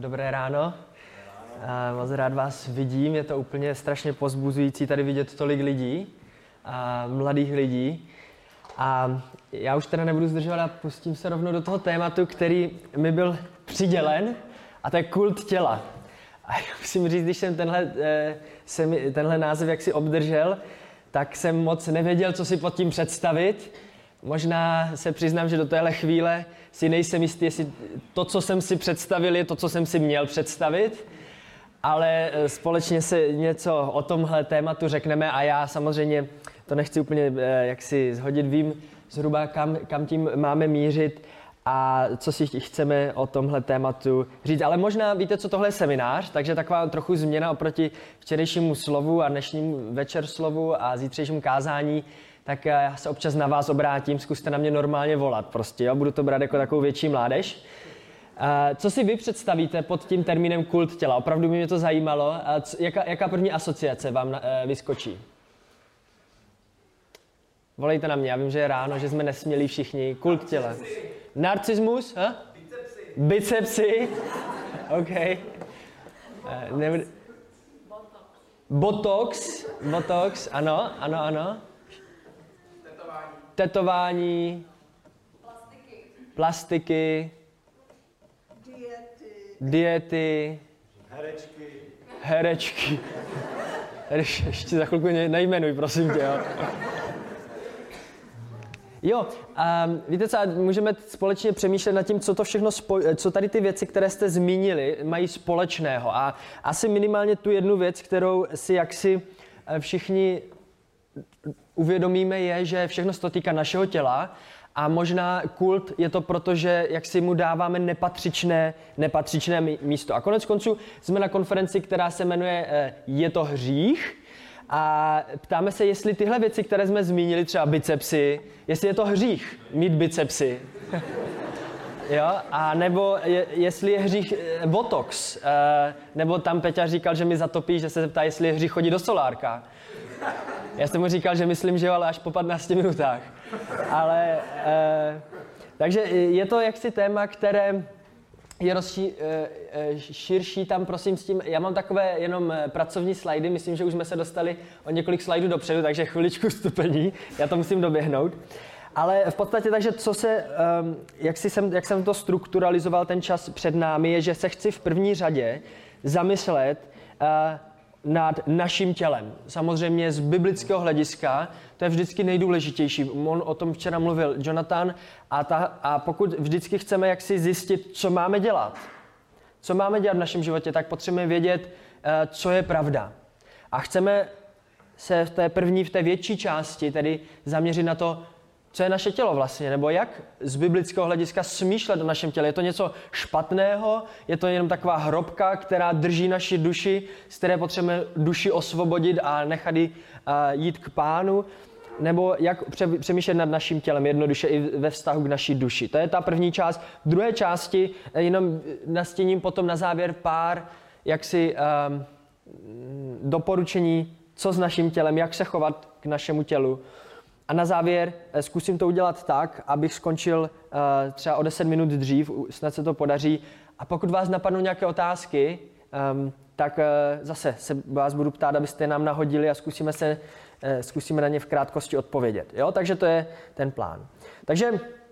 Dobré ráno. Moc rád vás vidím, je to úplně strašně povzbuzující tady vidět tolik lidí, mladých lidí. A já už teda nebudu zdržovat a pustím se rovnou do toho tématu, který mi byl přidělen, a to je kult těla. A já musím říct, když jsem tenhle název jaksi obdržel, tak jsem moc nevěděl, co si pod tím představit. Možná se přiznám, že do téhle chvíle si nejsem jistý, jestli to, co jsem si představil, je to, co jsem si měl představit. Ale společně se něco o tomhle tématu řekneme a já samozřejmě to nechci úplně jaksi zhodit, vím zhruba, kam tím máme mířit a co si chceme o tomhle tématu říct. Ale možná víte, co tohle je seminář, takže taková trochu změna oproti včerejšímu slovu a dnešnímu večer slovu a zítřejšímu kázání, tak já se občas na vás obrátím, zkuste na mě normálně volat prostě, jo? Budu to brát jako takovou větší mládež. Co si vy představíte pod tím termínem kult těla? Opravdu by mě to zajímalo. Jaká první asociace vám vyskočí? Volejte na mě, já vím, že je ráno, že jsme nesmělí všichni. Kult těla. Narcismus? Bicepsy. OK. Botox. Ano. Tetování. Plastiky. Diety. Herečky. Ještě za chvilku nejmenuj, prosím tě. Jo, víte co, můžeme společně přemýšlet nad tím, co to všechno co tady ty věci, které jste zmínili, mají společného. A asi minimálně tu jednu věc, kterou si jaksi všichni uvědomíme, je, že všechno se to týká našeho těla. A možná kult je to proto, že jak si mu dáváme nepatřičné místo. A konec konců jsme na konferenci, která se jmenuje Je to hřích? A ptáme se, jestli tyhle věci, které jsme zmínili, třeba bicepsy, jestli je to hřích mít bicepsy. Jo? A nebo jestli je hřích botox. Nebo tam Peťa říkal, že mi zatopí, že se zeptá, jestli je hřích chodit do solárka. Já jsem mu říkal, že myslím, že jo, ale až po 15 minutách. Ale, takže je to jaksi téma, které je širší tam, prosím, s tím. Já mám takové jenom pracovní slajdy, myslím, že už jsme se dostali o několik slajdů dopředu, takže chviličku vstupení, já to musím doběhnout. Ale v podstatě, takže jak jsem to strukturalizoval ten čas před námi, je, že se chci v první řadě zamyslet nad naším tělem. Samozřejmě z biblického hlediska, to je vždycky nejdůležitější. On o tom včera mluvil Jonathan a pokud vždycky chceme jaksi zjistit, co máme dělat v našem životě, tak potřebujeme vědět, co je pravda. A chceme se v té větší části tedy zaměřit na to, co je naše tělo vlastně, nebo jak z biblického hlediska smýšlet o našem těle. Je to něco špatného, je to jenom taková hrobka, která drží naši duši, z které potřebujeme duši osvobodit a nechat ji jít k Pánu, nebo jak přemýšlet nad naším tělem jednoduše i ve vztahu k naší duši. To je ta první část. V druhé části jenom nastíním potom na závěr pár jaksi doporučení, co s naším tělem, jak se chovat k našemu tělu. A na závěr zkusím to udělat tak, abych skončil třeba o 10 minut dřív, snad se to podaří. A pokud vás napadnou nějaké otázky, tak zase se vás budu ptát, abyste nám nahodili a zkusíme na ně v krátkosti odpovědět. Jo? Takže to je ten plán. Takže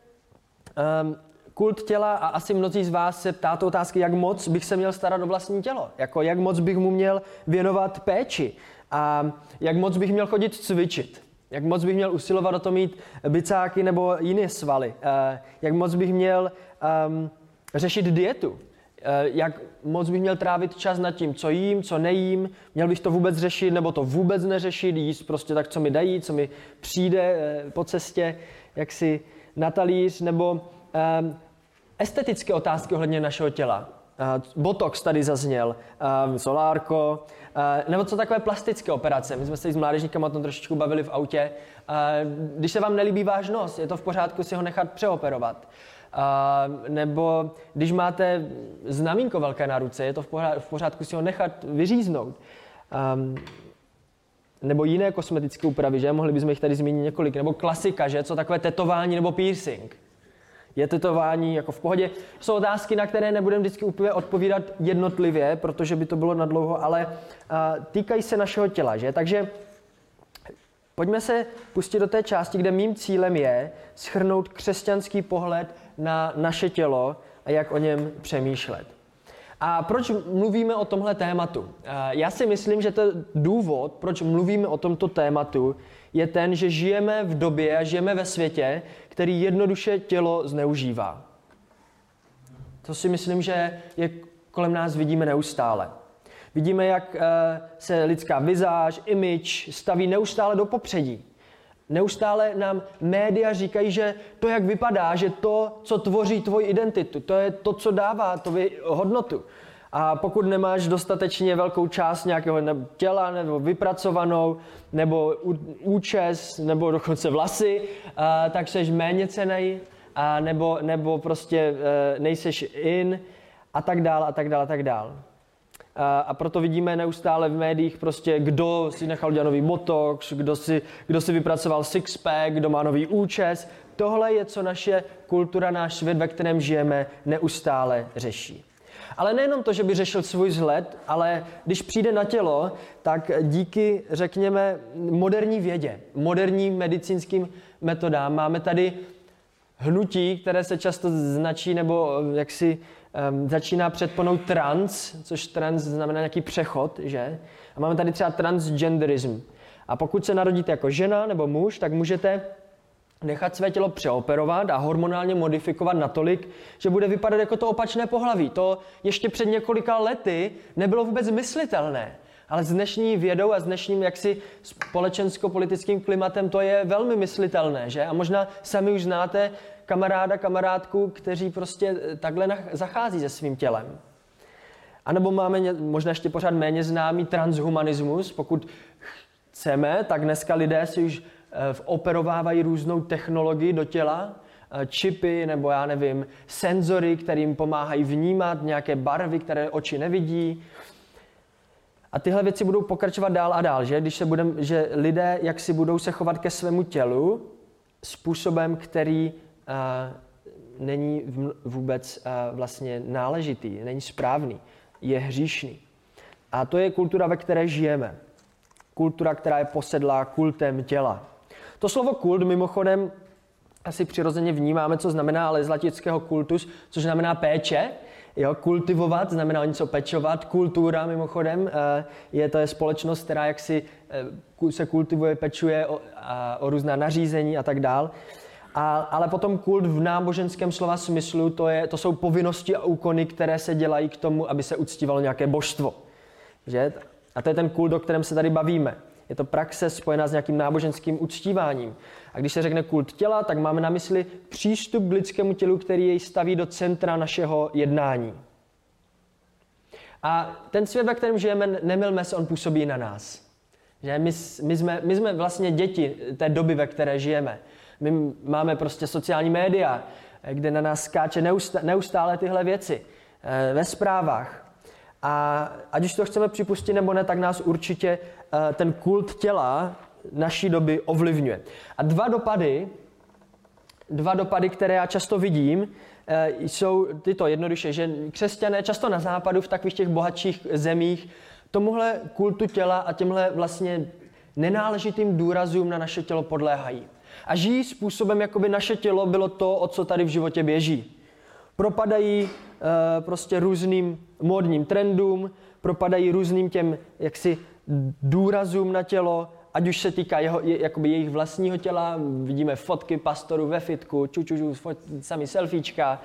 kult těla a asi mnozí z vás se ptáte otázky, jak moc bych se měl starat o vlastní tělo. Jako jak moc bych mu měl věnovat péči a jak moc bych měl chodit cvičit. Jak moc bych měl usilovat o to mít bicáky nebo jiné svaly. Jak moc bych měl řešit dietu. Jak moc bych měl trávit čas nad tím, co jím, co nejím. Měl bych to vůbec řešit nebo to vůbec neřešit. Jíst prostě tak, co mi dají, co mi přijde po cestě, jak si na talíř. Nebo estetické otázky ohledně našeho těla. Botox tady zazněl, solárko, nebo co takové plastické operace. My jsme se s mládežníkama o tom trošičku bavili v autě. Když se vám nelíbí váš nos, je to v pořádku si ho nechat přeoperovat. Nebo když máte znamínko velké na ruce, je to v pořádku si ho nechat vyříznout. Nebo jiné kosmetické úpravy, že? Mohli bychom jich tady zmínit několik. Nebo klasika, že? Co takové tetování nebo piercing. Je tetování jako v pohodě? Jsou otázky, na které nebudeme vždycky úplně odpovídat jednotlivě, protože by to bylo nadlouho, ale týkají se našeho těla, že? Takže pojďme se pustit do té části, kde mým cílem je shrnout křesťanský pohled na naše tělo a jak o něm přemýšlet. A proč mluvíme o tomhle tématu? Já si myslím, že ten důvod, proč mluvíme o tomto tématu, je ten, že žijeme v době a žijeme ve světě, který jednoduše tělo zneužívá. To si myslím, že je kolem nás vidíme neustále. Vidíme, jak se lidská vizáž, image staví neustále do popředí. Neustále nám média říkají, že to, jak vypadá, že to, co tvoří tvoji identitu, to je to, co dává tvoji hodnotu. A pokud nemáš dostatečně velkou část nějakého těla, nebo vypracovanou, nebo účes, nebo dokonce vlasy, tak seš méně cenný, nebo prostě nejseš in, a tak dál, a tak dál, a tak dál. A proto vidíme neustále v médiích prostě, kdo si nechal dělat nový botox, kdo si vypracoval sixpack, kdo má nový účes. Tohle je, co naše kultura, náš svět, ve kterém žijeme, neustále řeší. Ale nejenom to, že by řešil svůj vzhled, ale když přijde na tělo, tak díky, řekněme, moderní vědě, moderním medicínským metodám máme tady hnutí, které se často značí nebo jaksi začíná předponou trans, což trans znamená nějaký přechod, že? A máme tady třeba transgenderism. A pokud se narodíte jako žena nebo muž, tak můžete nechat své tělo přeoperovat a hormonálně modifikovat natolik, že bude vypadat jako to opačné pohlaví. To ještě před několika lety nebylo vůbec myslitelné. Ale s dnešní vědou a s dnešním jaksi společensko-politickým klimatem to je velmi myslitelné, že? A možná sami už znáte kamaráda, kamarádku, kteří prostě takhle zachází se svým tělem. A nebo máme možná ještě pořád méně známý transhumanismus. Pokud chceme, tak dneska lidé si už operovávají různou technologii do těla, čipy nebo já nevím, senzory, kterým pomáhají vnímat nějaké barvy, které oči nevidí. A tyhle věci budou pokračovat dál a dál, že? Že lidé jak si budou se chovat ke svému tělu způsobem, který není vůbec vlastně náležitý, není správný, je hříšný. A to je kultura, ve které žijeme. Kultura, která je posedlá kultem těla. To slovo kult mimochodem asi přirozeně vnímáme, co znamená, ale z latinského kultus, což znamená péče. Jo, kultivovat znamená o něco pečovat. Kultura mimochodem to je společnost, která jaksi se kultivuje, pečuje o různá nařízení a tak dál. Ale potom kult v náboženském slova smyslu, to jsou povinnosti a úkony, které se dělají k tomu, aby se uctívalo nějaké božstvo. Že? A to je ten kult, o kterém se tady bavíme. Je to praxe spojená s nějakým náboženským uctíváním. A když se řekne kult těla, tak máme na mysli přístup k lidskému tělu, který jej staví do centra našeho jednání. A ten svět, ve kterém žijeme, nemylme se, on působí na nás. Že my jsme vlastně děti té doby, ve které žijeme. My máme prostě sociální média, kde na nás skáče neustále tyhle věci ve zprávách. A ať už to chceme připustit nebo ne, tak nás určitě ten kult těla naší doby ovlivňuje. A dva dopady, které já často vidím, jsou tyto jednoduše, že křesťané často na západu v takových těch bohatších zemích tomuhle kultu těla a těmhle vlastně nenáležitým důrazům na naše tělo podléhají. A žijí způsobem, jako by naše tělo bylo to, o co tady v životě běží. Propadají prostě různým módním trendům, propadají různým těm jaksi důrazům na tělo, ať už se týká jejich vlastního těla, vidíme fotky pastorů ve fitku, sami selfiečka.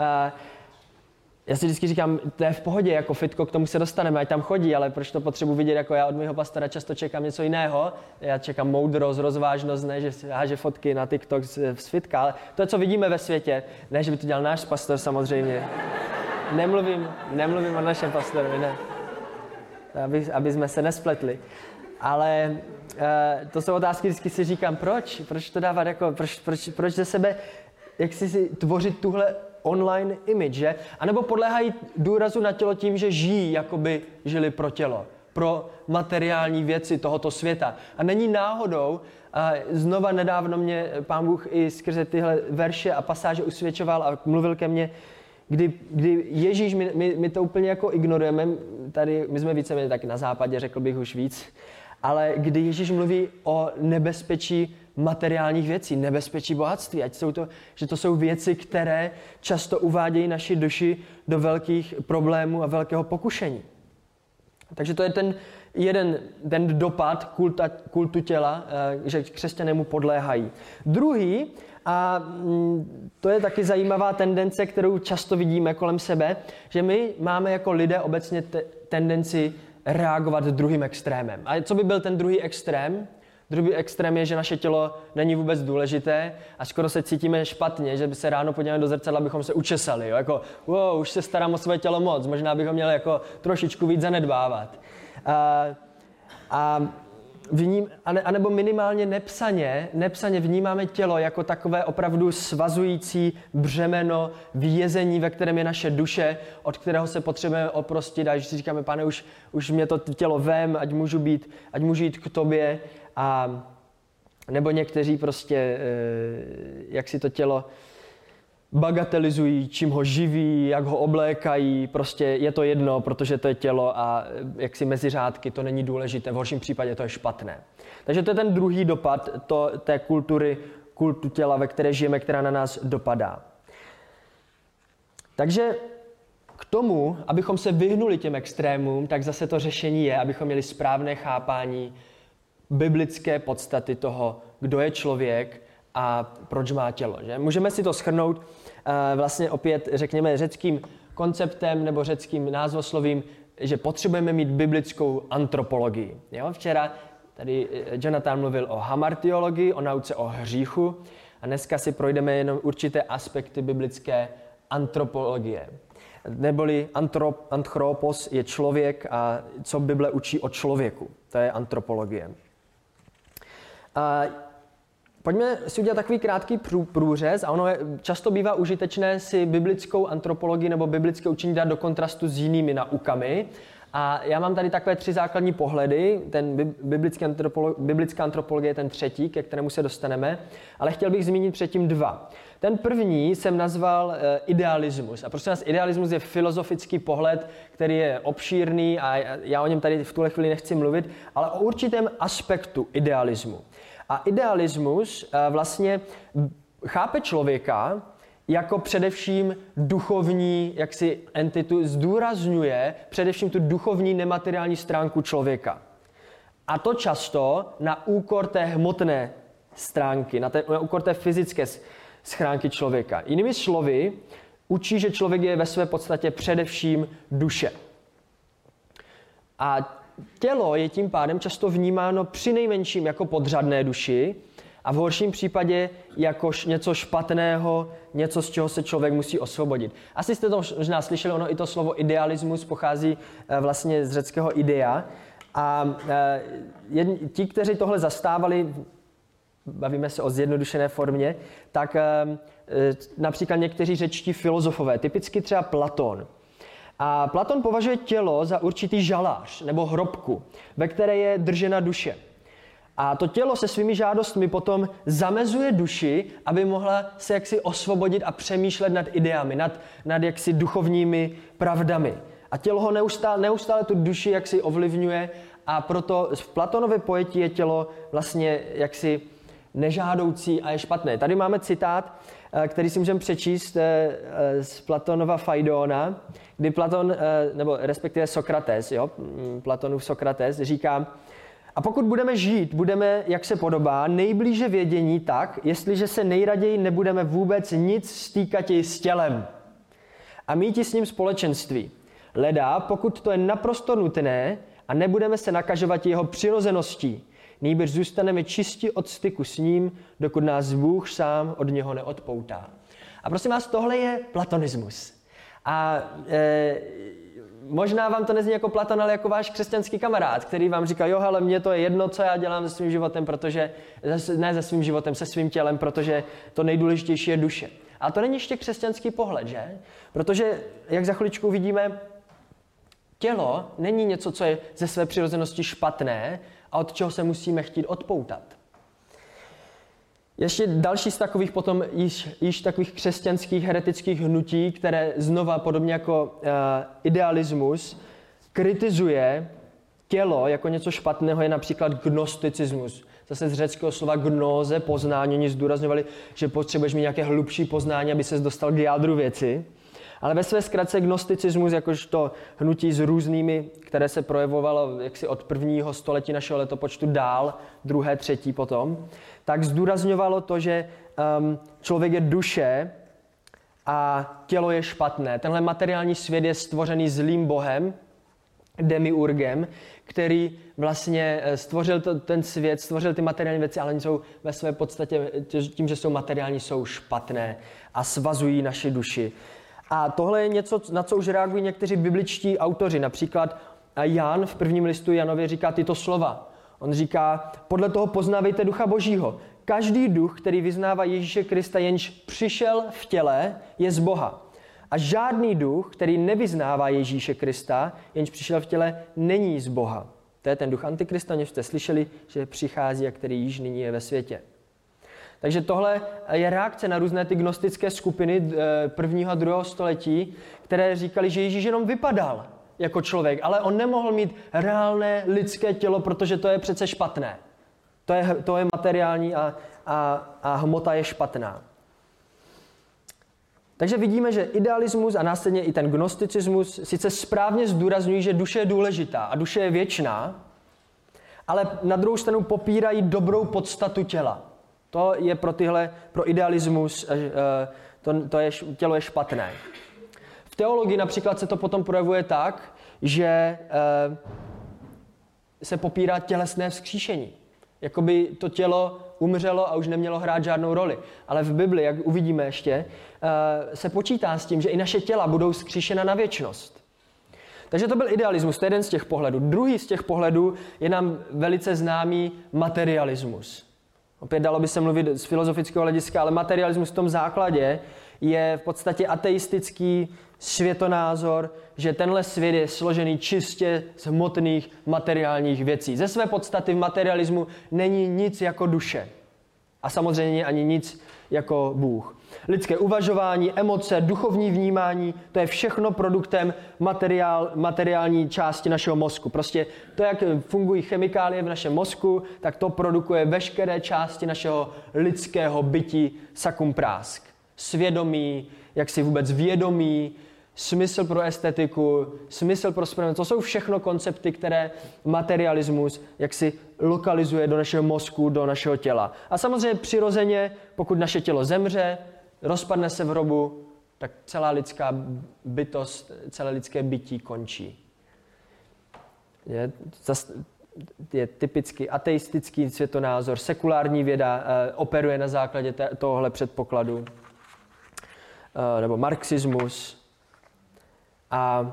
Já si vždycky říkám, to je v pohodě, jako fitko, k tomu se dostaneme, ať tam chodí, ale proč to potřebuji vidět, jako já od mého pastora často čekám něco jiného. Já čekám moudrost, rozvážnost, ne, že háže fotky na TikTok z fitka, ale to je, co vidíme ve světě, ne, že by to dělal náš pastor samozřejmě. Nemluvím o našem pastorovi, ne. Aby jsme se nespletli. Ale to jsou otázky, vždycky si říkám, proč to dávat, jako, proč ze sebe, jak si tvořit tuhle online image, že? A nebo podléhají důrazu na tělo tím, že žijí, jako by žili pro tělo. pro materiální věci tohoto světa. A není náhodou, a znova nedávno mě Pán Bůh i skrze tyhle verše a pasáže usvědčoval a mluvil ke mně, kdy Ježíš, my to úplně jako ignorujeme, tady my jsme víceméně tak na západě, řekl bych už víc, ale kdy Ježíš mluví o nebezpečí materiálních věcí, nebezpečí bohatství, že to jsou věci, které často uvádějí naši duši do velkých problémů a velkého pokušení. Takže to je ten dopad kultu těla, že křesťané mu podléhají. Druhý, a to je taky zajímavá tendence, kterou často vidíme kolem sebe, že my máme jako lidé obecně tendenci reagovat druhým extrémem. A co by byl ten druhý extrém? Druhý extrém je, že naše tělo není vůbec důležité a skoro se cítíme špatně, že by se ráno podívali do zrcadla, abychom se učesali. Jo? Jako, už se starám o své tělo moc, možná bych ho měl jako trošičku víc zanedbávat. Anebo minimálně nepsaně vnímáme tělo jako takové opravdu svazující břemeno, vězení, ve kterém je naše duše, od kterého se potřebujeme oprostit. A když si říkáme, Pane, už mě to tělo vem, ať můžu jít k tobě. A nebo někteří prostě, jak si to tělo bagatelizují, čím ho živí, jak ho oblékají, prostě je to jedno, protože to je tělo a jak si mezi řádky, to není důležité, v horším případě to je špatné. Takže to je ten druhý dopad té kultu těla, ve které žijeme, která na nás dopadá. Takže k tomu, abychom se vyhnuli těm extrémům, tak zase to řešení je, abychom měli správné chápání biblické podstaty toho, kdo je člověk a proč má tělo. Že? Můžeme si to shrnout vlastně opět, řekněme, řeckým konceptem nebo řeckým názvoslovím, že potřebujeme mít biblickou antropologii. Jo? Včera tady Jonathan mluvil o hamartiologii, o nauce o hříchu a dneska si projdeme jenom určité aspekty biblické antropologie. Neboli anthropos je člověk a co Bible učí o člověku. To je antropologie. Pojďme si udělat takový krátký průřez a ono často bývá užitečné si biblickou antropologii nebo biblické učení dát do kontrastu s jinými naukami. A já mám tady takové 3 základní pohledy. Ten biblická antropologie je ten třetí, ke kterému se dostaneme, ale chtěl bych zmínit předtím 2. Ten první jsem nazval idealismus. A prosím vás, idealismus je filozofický pohled, který je obšírný a já o něm tady v tuhle chvíli nechci mluvit, ale o určitém aspektu idealismu. A idealismus vlastně chápe člověka jako především duchovní jaksi entitu, zdůrazňuje především tu duchovní nemateriální stránku člověka. A to často na úkor té hmotné stránky, na úkor té fyzické schránky člověka. Jinými slovy, učí, že člověk je ve své podstatě především duše. A tělo je tím pádem často vnímáno přinejmenším jako podřadné duši a v horším případě jako něco špatného, něco, z čeho se člověk musí osvobodit. Asi jste to možná slyšeli, ono i to slovo idealismus pochází vlastně z řeckého idea. A ti, kteří tohle zastávali, bavíme se o zjednodušené formě, tak například někteří řečtí filozofové, typicky třeba Platon. A Platon považuje tělo za určitý žalář nebo hrobku, ve které je držena duše. A to tělo se svými žádostmi potom zamezuje duši, aby mohla se jaksi osvobodit a přemýšlet nad ideami, nad jaksi duchovními pravdami. A tělo ho neustále tu duši jaksi ovlivňuje a proto v Platonově pojetí je tělo vlastně jaksi nežádoucí a je špatné. Tady máme citát, který si můžeme přečíst z Platonova Faidona, kdy Platon, nebo respektive Sokrates, Platonův Sokrates říká: a pokud budeme žít, budeme, jak se podobá, nejblíže vědění tak, jestliže se nejraději nebudeme vůbec nic stýkatěji s tělem a míti s ním společenství. Leda, pokud to je naprosto nutné a nebudeme se nakažovat jeho přirozeností, nýbrž zůstaneme čisti od styku s ním, dokud nás Bůh sám od něho neodpoutá. A prosím vás, tohle je platonismus. A možná vám to nezní jako Platon, ale jako váš křesťanský kamarád, který vám říká, jo, hele, mně to je jedno, co já dělám se svým životem, ne se svým životem, se svým tělem, protože to nejdůležitější je duše. A to není ještě křesťanský pohled, že? Protože, jak za chviličku uvidíme, tělo není něco, co je ze své přirozenosti špatné a od čeho se musíme chtít odpoutat. Ještě další z takových potom již takových křesťanských heretických hnutí, které znova podobně jako idealismus kritizuje tělo jako něco špatného, je například gnosticismus. Zase z řeckého slova gnóze, poznání, oni zdůrazňovali, že potřebuješ mít nějaké hlubší poznání, aby ses dostal k jádru věci. Ale ve své zkratce gnosticismus, jakožto hnutí s různými, které se projevovalo jaksi od 1. století našeho letopočtu dál, 2., 3. potom, tak zdůrazňovalo to, že člověk je duše a tělo je špatné. Tenhle materiální svět je stvořený zlým bohem, demiurgem, který vlastně stvořil ten svět, stvořil ty materiální věci, ale oni jsou ve své podstatě tím, že jsou materiální, jsou špatné a svazují naši duši. A tohle je něco, na co už reagují někteří bibličtí autoři. Například Jan v 1. listu Janově říká tyto slova. On říká, podle toho poznávejte Ducha Božího. Každý duch, který vyznává Ježíše Krista, jenž přišel v těle, je z Boha. A žádný duch, který nevyznává Ježíše Krista, jenž přišel v těle, není z Boha. To je ten duch Antikrista, něž jste slyšeli, že přichází a který již nyní je ve světě. Takže tohle je reakce na různé ty gnostické skupiny 1. a 2. století, které říkali, že Ježíš jenom vypadal jako člověk, ale on nemohl mít reálné lidské tělo, protože to je přece špatné. To je materiální a hmota je špatná. Takže vidíme, že idealismus a následně i ten gnosticismus sice správně zdůrazňují, že duše je důležitá a duše je věčná, ale na druhou stranu popírají dobrou podstatu těla. To je pro idealismus, tělo je špatné. V teologii například se to potom projevuje tak, že se popírá tělesné vzkříšení. Jakoby to tělo umřelo a už nemělo hrát žádnou roli. Ale v Bibli, jak uvidíme ještě, se počítá s tím, že i naše těla budou vzkříšena na věčnost. Takže to byl idealismus, to je jeden z těch pohledů. Druhý z těch pohledů je nám velice známý materialismus. Opět dalo by se mluvit z filozofického hlediska, ale materialismus v tom základě je v podstatě ateistický světonázor, že tenhle svět je složený čistě z hmotných materiálních věcí. Ze své podstaty v materialismu není nic jako duše. A samozřejmě ani nic jako Bůh. Lidské uvažování, emoce, duchovní vnímání, to je všechno produktem materiální části našeho mozku. Prostě to, jak fungují chemikálie v našem mozku, tak to produkuje veškeré části našeho lidského bytí sakum prásk. Svědomí, jaksi vůbec vědomí, smysl pro estetiku, smysl pro spravedlnost. To jsou všechno koncepty, které materialismus jaksi lokalizuje do našeho mozku, do našeho těla. A samozřejmě přirozeně, pokud naše tělo zemře, rozpadne se v hrobu, tak celá lidská bytost, celé lidské bytí končí. Je typicky ateistický světonázor, sekulární věda operuje na základě tohohle předpokladu, nebo marxismus. A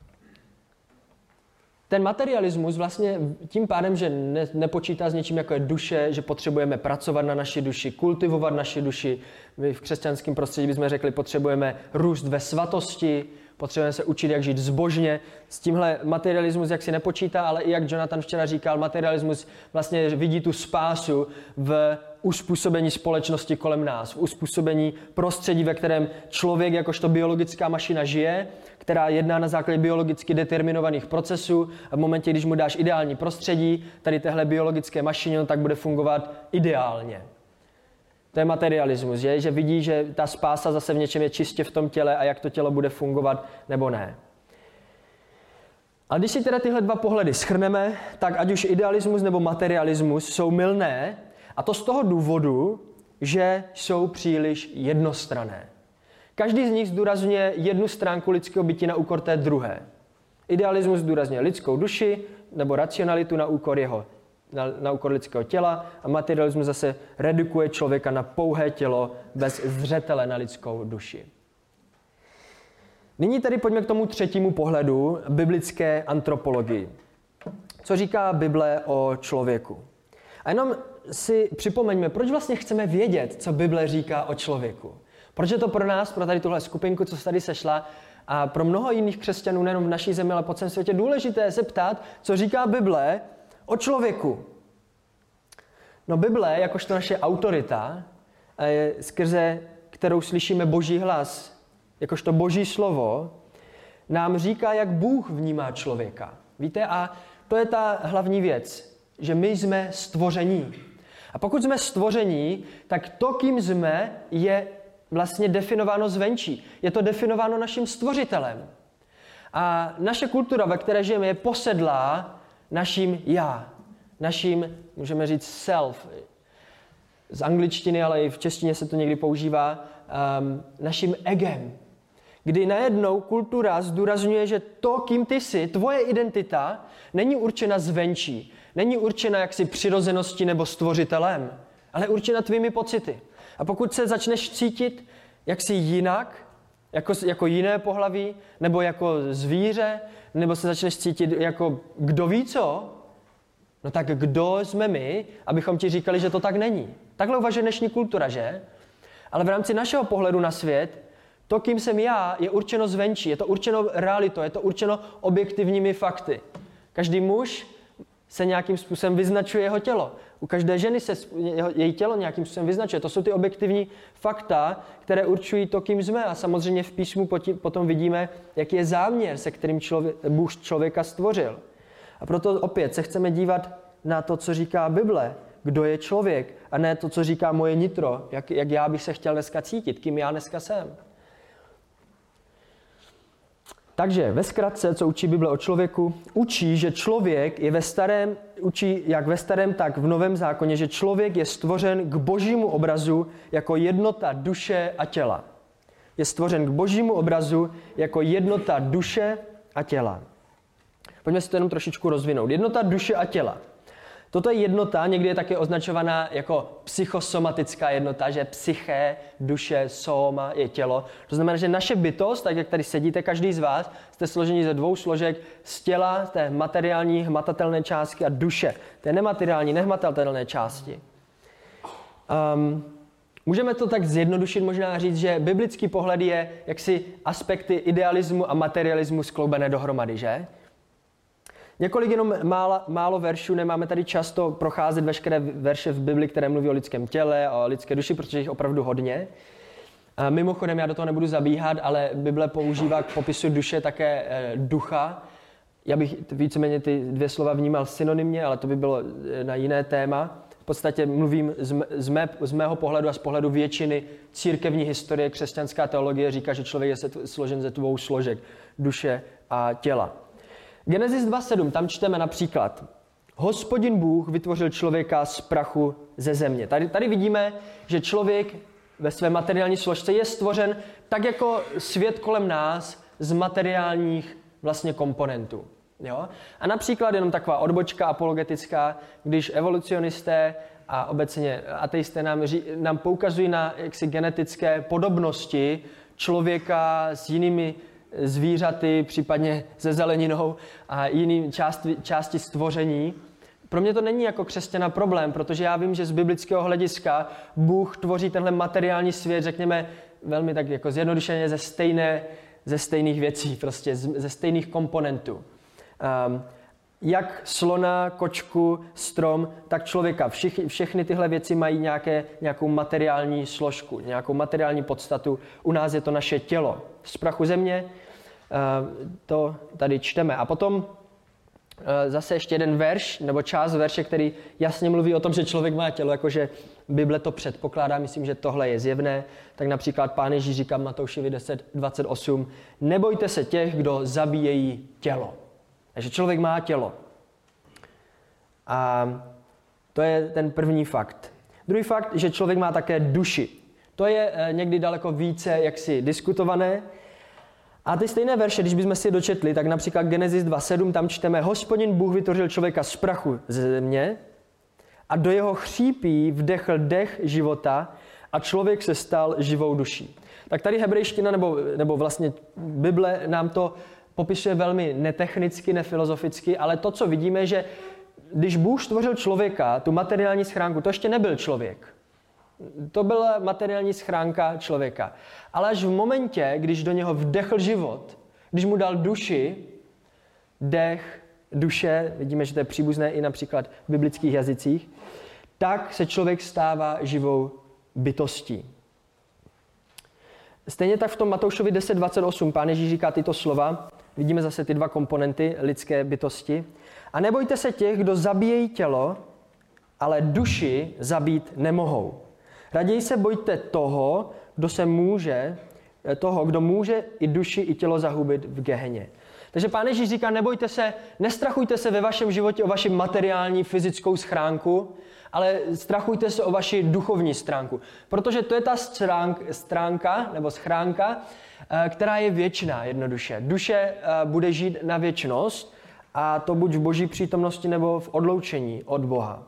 ten materialismus vlastně tím pádem, že nepočítá s něčím jako je duše, že potřebujeme pracovat na naši duši, kultivovat naši duši. My v křesťanském prostředí bychom řekli, potřebujeme růst ve svatosti, potřebujeme se učit, jak žít zbožně. S tímhle materialismus jak si nepočítá, ale i jak Jonathan včera říkal, materialismus vlastně vidí tu spásu v uspůsobení společnosti kolem nás, v uspůsobení prostředí, ve kterém člověk jakožto biologická mašina žije, která jedná na základě biologicky determinovaných procesů a v momentě, když mu dáš ideální prostředí, tady téhle biologické mašině, tak bude fungovat ideálně. To je materialismus, že vidí, že ta spása zase v něčem je čistě v tom těle a jak to tělo bude fungovat nebo ne. A když si teda tyhle dva pohledy shrneme, tak ať už idealismus nebo materialismus jsou mylné, a to z toho důvodu, že jsou příliš jednostranné. Každý z nich zdůrazňuje jednu stránku lidského bytí na úkor té druhé. Idealismus zdůrazňuje lidskou duši nebo racionalitu na úkor lidského těla a materialismus zase redukuje člověka na pouhé tělo bez zřetele na lidskou duši. Nyní tedy pojďme k tomu třetímu pohledu biblické antropologii. Co říká Bible o člověku? A jenom si připomeňme, proč vlastně chceme vědět, co Bible říká o člověku. Proč je to pro nás, pro tady tuhle skupinku, co se tady sešla, a pro mnoho jiných křesťanů, nejenom v naší zemi, ale po celém světě, důležité se ptát, co říká Bible o člověku. No Bible, jakožto naše autorita, skrze kterou slyšíme Boží hlas, jakožto Boží slovo, nám říká, jak Bůh vnímá člověka. Víte, a to je ta hlavní věc, že my jsme stvoření. A pokud jsme stvoření, tak to, kým jsme, je vlastně definováno zvenčí. Je to definováno naším stvořitelem. A naše kultura, ve které žijeme, je posedlá naším já. Naším, můžeme říct, self. Z angličtiny, ale i v češtině se to někdy používá, naším egem. Kdy najednou kultura zdůrazňuje, že to, kým ty jsi, tvoje identita, není určena zvenčí. Není určena jaksi přirozeností nebo stvořitelem, ale určena tvými pocity. A pokud se začneš cítit jaksi jinak, jako jiné pohlaví, nebo jako zvíře, nebo se začneš cítit jako kdo ví co, no tak kdo jsme my, abychom ti říkali, že to tak není. Takhle uvažuje dnešní kultura, že? Ale v rámci našeho pohledu na svět, to, kým jsem já, je určeno zvenčí, je to určeno realitou, je to určeno objektivními fakty. Každý muž se nějakým způsobem vyznačuje jeho tělo. U každé ženy se její tělo nějakým způsobem vyznačuje. To jsou ty objektivní fakta, které určují to, kým jsme. A samozřejmě v písmu potom vidíme, jaký je záměr, se kterým Bůh člověka stvořil. A proto opět se chceme dívat na to, co říká Bible, kdo je člověk, a ne to, co říká moje nitro, jak já bych se chtěl dneska cítit, kým já dneska jsem. Takže ve zkratce, co učí Bible o člověku, učí, že člověk je učí jak ve starém, tak v novém zákoně, že člověk je stvořen k Božímu obrazu jako jednota duše a těla. Je stvořen k Božímu obrazu jako jednota duše a těla. Pojďme si to jenom trošičku rozvinout. Jednota duše a těla. Toto je jednota, někdy je také označovaná jako psychosomatická jednota, že psyché, duše, soma je tělo. To znamená, že naše bytost, tak jak tady sedíte, každý z vás, jste složení ze dvou složek z těla, z té materiální, hmatatelné části a duše, té nemateriální, nehmatatelné části. Můžeme to tak zjednodušit, možná říct, že biblický pohled je jaksi aspekty idealismu a materialismu skloubené dohromady, že? Několik jenom málo veršů, nemáme tady často procházet veškeré verše v Bibli, které mluví o lidském těle, o lidské duši, protože jich opravdu hodně. A mimochodem, já do toho nebudu zabíhat, ale Bible používá k popisu duše také ducha. Já bych víceméně ty dvě slova vnímal synonymně, ale to by bylo na jiné téma. V podstatě mluvím z mého pohledu a z pohledu většiny církevní historie. Křesťanská teologie říká, že člověk je složen ze dvou složek, duše a těla. Genesis 2.7, tam čteme například: Hospodin Bůh vytvořil člověka z prachu ze země. Tady vidíme, že člověk ve své materiální složce je stvořen tak jako svět kolem nás z materiálních vlastně komponentů. Jo? A například jenom taková odbočka apologetická, když evolucionisté a obecně ateisté nám poukazují na jaksi genetické podobnosti člověka s jinými zvířaty, případně se zeleninou a jiný části stvoření. Pro mě to není jako křesťana problém, protože já vím, že z biblického hlediska Bůh tvoří tenhle materiální svět, řekněme velmi tak jako zjednodušeně ze stejných věcí, prostě ze stejných komponentů. Jak slona, kočku, strom, tak člověka. Všechny tyhle věci mají nějakou materiální složku, nějakou materiální podstatu. U nás je to naše tělo. Z prachu země to tady čteme. A potom zase ještě jeden verš, nebo část verše, který jasně mluví o tom, že člověk má tělo, jakože Bible to předpokládá, myslím, že tohle je zjevné. Tak například Pán Ježíš říká Matoušovi 10:28, nebojte se těch, kdo zabíjejí tělo. Takže člověk má tělo. A to je ten první fakt. Druhý fakt, že člověk má také duši. To je někdy daleko více jaksi diskutované. A ty stejné verše, když bychom si je dočetli, tak například Genesis 2.7, tam čteme: Hospodin Bůh vytvořil člověka z prachu ze země a do jeho chřípí vdechl dech života a člověk se stal živou duší. Tak tady hebrejština nebo vlastně Bible nám to popisuje velmi netechnicky, nefilozoficky, ale to, co vidíme, že když Bůh stvořil člověka, tu materiální schránku, to ještě nebyl člověk. To byla materiální schránka člověka. Ale až v momentě, když do něho vdechl život, když mu dal duši, dech, duše, vidíme, že to je příbuzné i například v biblických jazycích, tak se člověk stává živou bytostí. Stejně tak v tom Matoušovi 10:28 Pán Ježíš říká tyto slova. Vidíme zase ty dva komponenty lidské bytosti. A nebojte se těch, kdo zabíjejí tělo, ale duši zabít nemohou. Raději se bojte toho, kdo může i duši, i tělo zahubit v Geheně. Takže Pán Ježíš říká, nebojte se, nestrachujte se ve vašem životě o vaši materiální, fyzickou schránku, ale strachujte se o vaši duchovní stránku. Protože to je ta stránka, nebo schránka, která je věčná jednoduše. Duše bude žít na věčnost a to buď v boží přítomnosti nebo v odloučení od Boha.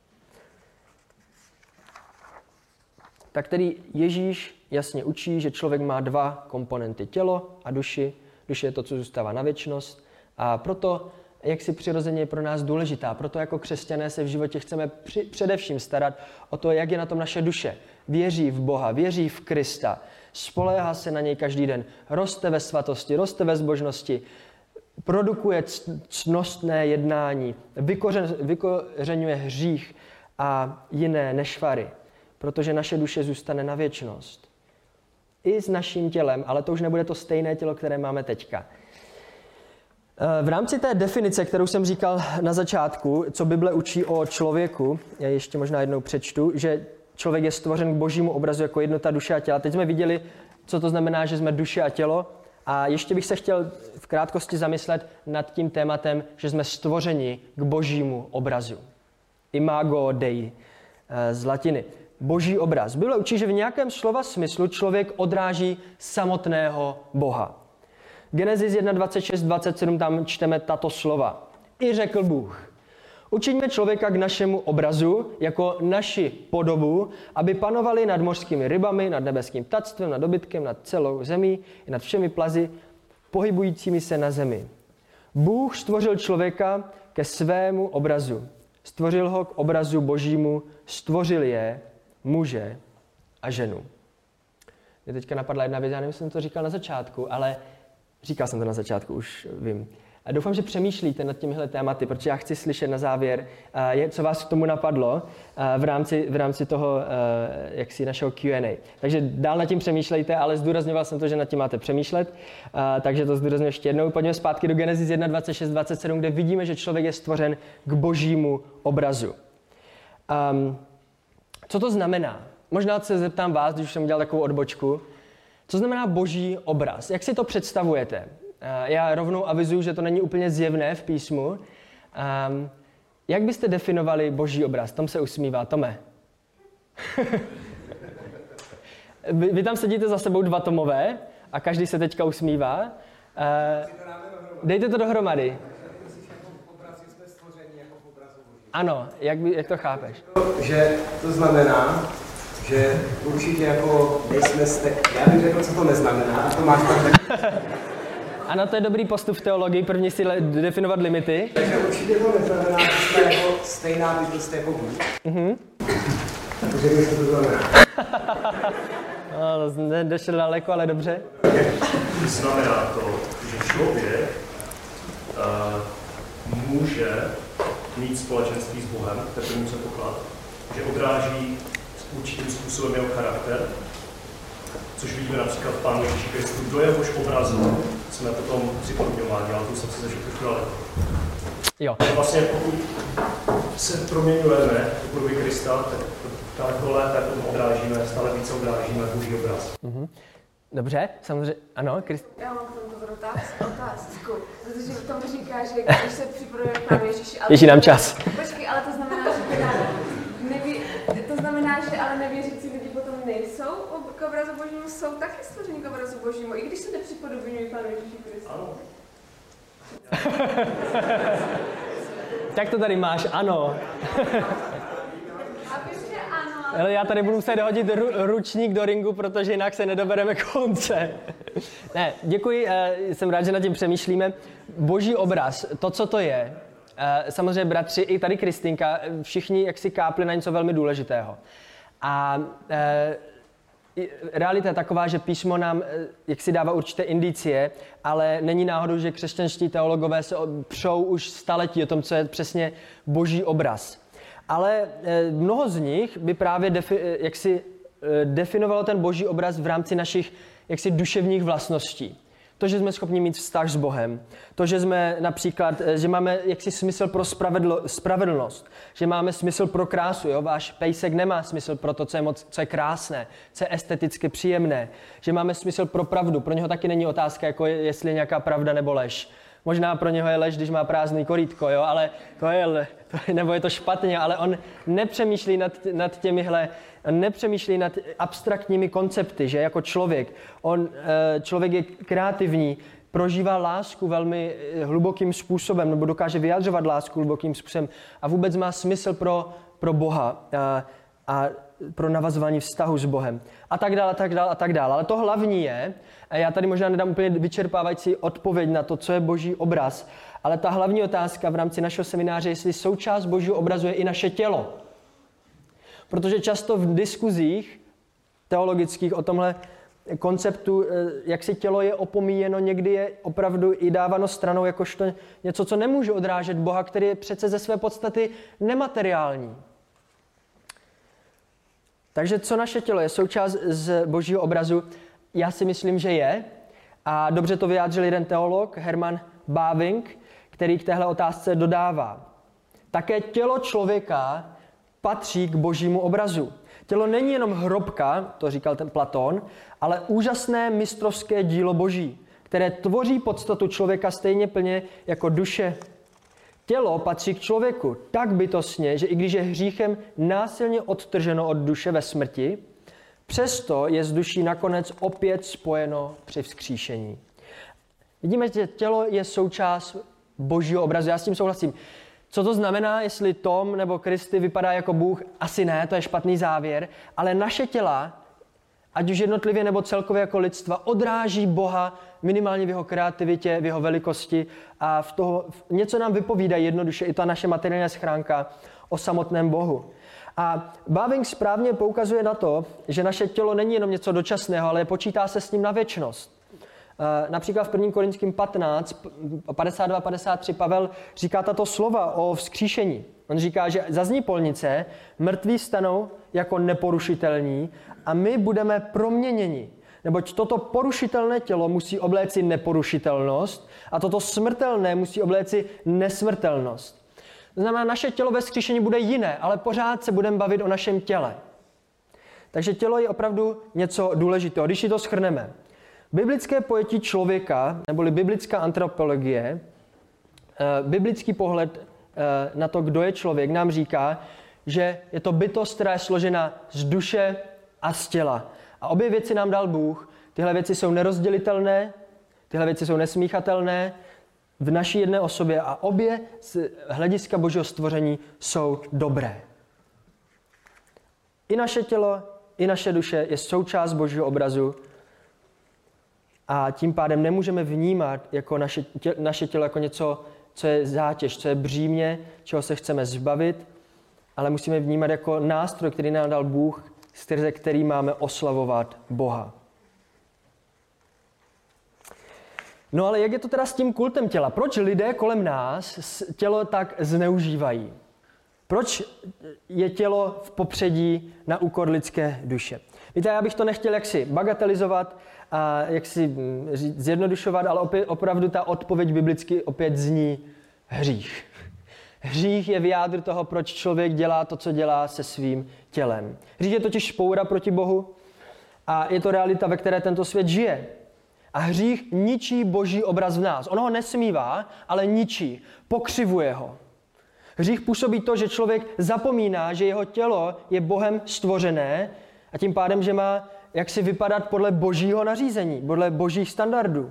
Tak tedy Ježíš jasně učí, že člověk má dva komponenty, tělo a duši. Duše je to, co zůstává na věčnost. A proto, jak si přirozeně je pro nás důležitá, proto jako křesťané se v životě chceme především starat o to, jak je na tom naše duše. Věří v Boha, věří v Krista, spoléhá se na něj každý den, roste ve svatosti, roste ve zbožnosti, produkuje ctnostné jednání, vykořeňuje hřích a jiné nešvary, protože naše duše zůstane na věčnost. I s naším tělem, ale to už nebude to stejné tělo, které máme teďka. V rámci té definice, kterou jsem říkal na začátku, co Bible učí o člověku, já ještě možná jednou přečtu, že člověk je stvořen k božímu obrazu jako jednota duše a těla. Teď jsme viděli, co to znamená, že jsme duše a tělo. A ještě bych se chtěl v krátkosti zamyslet nad tím tématem, že jsme stvořeni k božímu obrazu. Imago Dei z latiny. Boží obraz. Bible učí, že v nějakém slova smyslu člověk odráží samotného Boha. Genesis 1:26-27 tam čteme tato slova. I řekl Bůh, učiňme člověka k našemu obrazu, jako naši podobu, aby panovali nad mořskými rybami, nad nebeským ptactvem, nad dobytkem, nad celou zemí i nad všemi plazy, pohybujícími se na zemi. Bůh stvořil člověka ke svému obrazu. Stvořil ho k obrazu božímu, stvořil je, muže a ženu. Mě teďka napadla jedna věc, já nevím, jsem to říkal na začátku, ale říkal jsem to na začátku, už vím. A doufám, že přemýšlíte nad těmihle tématy, protože já chci slyšet na závěr, co vás k tomu napadlo v rámci toho jaksi našeho Q&A. Takže dál nad tím přemýšlejte, ale zdůrazňoval jsem to, že nad tím máte přemýšlet, takže to zdůrazňuji ještě jednou. Pojďme zpátky do Genesis 1:26-27, kde vidíme, že člověk je stvořen k božímu obrazu. Co to znamená? Možná se zeptám vás, když už jsem udělal takovou odbočku. Co znamená boží obraz? Jak si to představujete? Já rovnou avizuju, že to není úplně zjevné v písmu. Jak byste definovali boží obraz? Tom se usmívá. Tome. Vy tam sedíte za sebou dva Tomové a každý se teďka usmívá. Dejte to dohromady. Ano, jak to chápeš? Že to znamená, že určitě jako nejsme já bych řekl, co to neznamená, a to máš tak. Ano, to je dobrý postup v teologii, první si definovat limity. Takže určitě to neznamená, že jsme jako stejná bytost jako Bůh. Takže co to znamená. Nedošel daleko, ale dobře. Znamená to, že člověk může mít společenství s Bohem, to je první předpoklad, že odráží určitým způsobem jeho charakter, což vidíme například v Pánu Ježíši Kristu, do jehož obrazu jsme potom připodobňováni, ale tu jsem si zažil trošku daleko. Jo. Vlastně pokud se proměňujeme do podoby Krista, tak daleko lépe odrážíme, stále více odrážíme Boží obraz. Dobře, samozřejmě, ano, Já mám k tomu otázku, protože v tom říká, že když se připodobňuje k Pánu Ježíši... Běží nám čas. Počkej, ale to znamená, že to znamená, že ale nevěřící lidi potom nejsou k obrazu Božímu, jsou taky stvoření k obrazu Božímu, i když se nepřipodobňují Pánu Ježíši Kristu. Ano. Tak to tady máš, ano. Ale já tady budu muset hodit ručník do ringu, protože jinak se nedobereme konce. Ne, děkuji, jsem rád, že nad tím přemýšlíme. Boží obraz, to, co to je, samozřejmě bratři, i tady Kristýnka, všichni jak si kápli na něco velmi důležitého. A realita je taková, že písmo nám jak si dává určité indicie, ale není náhodou, že křesťanští teologové se přou už staletí o tom, co je přesně boží obraz. Ale mnoho z nich by právě definovalo ten boží obraz v rámci našich jaksi duševních vlastností. To, že jsme schopni mít vztah s Bohem. To, že jsme například, že máme jaksi smysl pro spravedlnost. Že máme smysl pro krásu. Jo? Váš pejsek nemá smysl pro to, co je krásné, co je esteticky příjemné. Že máme smysl pro pravdu. Pro něho taky není otázka, jako jestli je nějaká pravda nebo lež. Možná pro něho je lež, když má prázdný korýtko, jo? Ale nebo je to špatně, ale on nepřemýšlí nad těmihle, nepřemýšlí nad abstraktními koncepty, že jako člověk. Člověk je kreativní, prožívá lásku velmi hlubokým způsobem, nebo dokáže vyjadřovat lásku hlubokým způsobem a vůbec má smysl pro Boha a pro navazování vztahu s Bohem. A tak dále, a tak dále, a tak dále. Ale to hlavní je, a já tady možná nedám úplně vyčerpávající odpověď na to, co je boží obraz, ale ta hlavní otázka v rámci našeho semináře je, jestli součást božího obrazu je i naše tělo. Protože často v diskuzích teologických o tomhle konceptu, jak si tělo je opomíjeno, někdy je opravdu i dáváno stranou jakožto něco, co nemůže odrážet Boha, který je přece ze své podstaty nemateriální. Takže co naše tělo je součást z božího obrazu? Já si myslím, že je. A dobře to vyjádřil jeden teolog, Herman Bavinck, který k téhle otázce dodává. Také tělo člověka patří k božímu obrazu. Tělo není jenom hrobka, to říkal ten Platón, ale úžasné mistrovské dílo boží, které tvoří podstatu člověka stejně plně jako duše. Tělo patří k člověku tak bytostně, že i když je hříchem násilně odtrženo od duše ve smrti, přesto je s duší nakonec opět spojeno při vzkříšení. Vidíme, že tělo je součást božího obrazu. Já s tím souhlasím. Co to znamená, jestli Tom nebo Kristy vypadá jako Bůh? Asi ne, to je špatný závěr, ale naše těla, ať už jednotlivě nebo celkově jako lidstva, odráží Boha minimálně v jeho kreativitě, v jeho velikosti a něco nám vypovídá jednoduše i ta naše materiální schránka o samotném Bohu. A Bavinck správně poukazuje na to, že naše tělo není jenom něco dočasného, ale počítá se s ním na věčnost. Například v 1. Korinským 15, 52-53 Pavel říká tato slova o vzkříšení. On říká, že zazní polnice, mrtví stanou jako neporušitelní a my budeme proměněni. Neboť toto porušitelné tělo musí obléci neporušitelnost a toto smrtelné musí obléci nesmrtelnost. To znamená, naše tělo ve vzkříšení bude jiné, ale pořád se budeme bavit o našem těle. Takže tělo je opravdu něco důležitého. Když si to shrneme. Biblické pojetí člověka, neboli biblická antropologie, biblický pohled na to, kdo je člověk, nám říká, že je to bytost, která je složena z duše a z těla. A obě věci nám dal Bůh. Tyhle věci jsou nerozdělitelné, tyhle věci jsou nesmíchatelné v naší jedné osobě a obě z hlediska božího stvoření jsou dobré. I naše tělo, i naše duše je součást božího obrazu a tím pádem nemůžeme vnímat jako naše tělo jako něco, co je zátěž, co je břímě, čeho se chceme zbavit, ale musíme vnímat jako nástroj, který nám dal Bůh, skrze který máme oslavovat Boha. No ale jak je to teda s tím kultem těla? Proč lidé kolem nás tělo tak zneužívají? Proč je tělo v popředí na úkor lidské duše? Víte, já bych to nechtěl jaksi bagatelizovat a jaksi zjednodušovat, ale opravdu ta odpověď biblicky opět zní hřích. Hřích je v jádru toho, proč člověk dělá to, co dělá se svým tělem. Hřích je totiž vzpoura proti Bohu a je to realita, ve které tento svět žije. A hřích ničí boží obraz v nás. On ho nesmívá, ale ničí. Pokřivuje ho. Hřích působí to, že člověk zapomíná, že jeho tělo je Bohem stvořené a tím pádem, že má jaksi vypadat podle božího nařízení, podle božích standardů.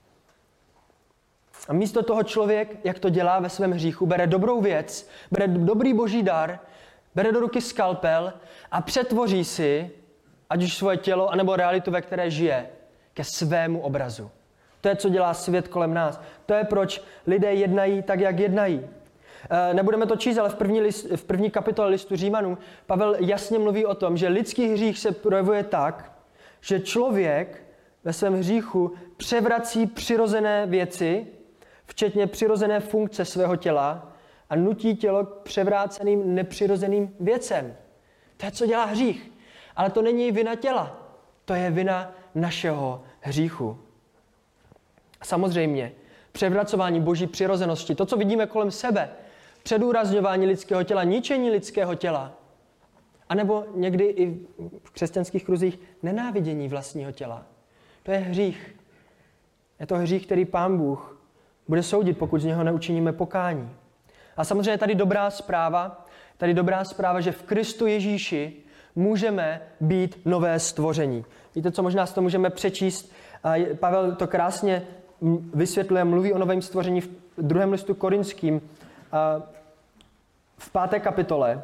A místo toho člověk, jak to dělá ve svém hříchu, bere dobrou věc, bere dobrý boží dar, bere do ruky skalpel a přetvoří si, ať už svoje tělo, anebo realitu, ve které žije, ke svému obrazu. To je, co dělá svět kolem nás. To je, proč lidé jednají tak, jak jednají. Nebudeme to číst, ale v první kapitole listu Římanům Pavel jasně mluví o tom, že lidský hřích se projevuje tak, že člověk ve svém hříchu převrací přirozené věci, včetně přirozené funkce svého těla a nutí tělo k převráceným nepřirozeným věcem. To je, co dělá hřích. Ale to není vina těla. To je vina našeho hříchu. A samozřejmě, převracování boží přirozenosti, to, co vidíme kolem sebe, předůrazňování lidského těla, ničení lidského těla, anebo někdy i v křesťanských kruzích nenávidění vlastního těla. To je hřích. Je to hřích, který Pán Bůh bude soudit, pokud z něho neučiníme pokání. A samozřejmě je tady dobrá zpráva, že v Kristu Ježíši můžeme být nové stvoření. Víte, co možná si to můžeme přečíst? Pavel to krásně vysvětluje, mluví o novém stvoření v 2. listu Korinským v 5. kapitole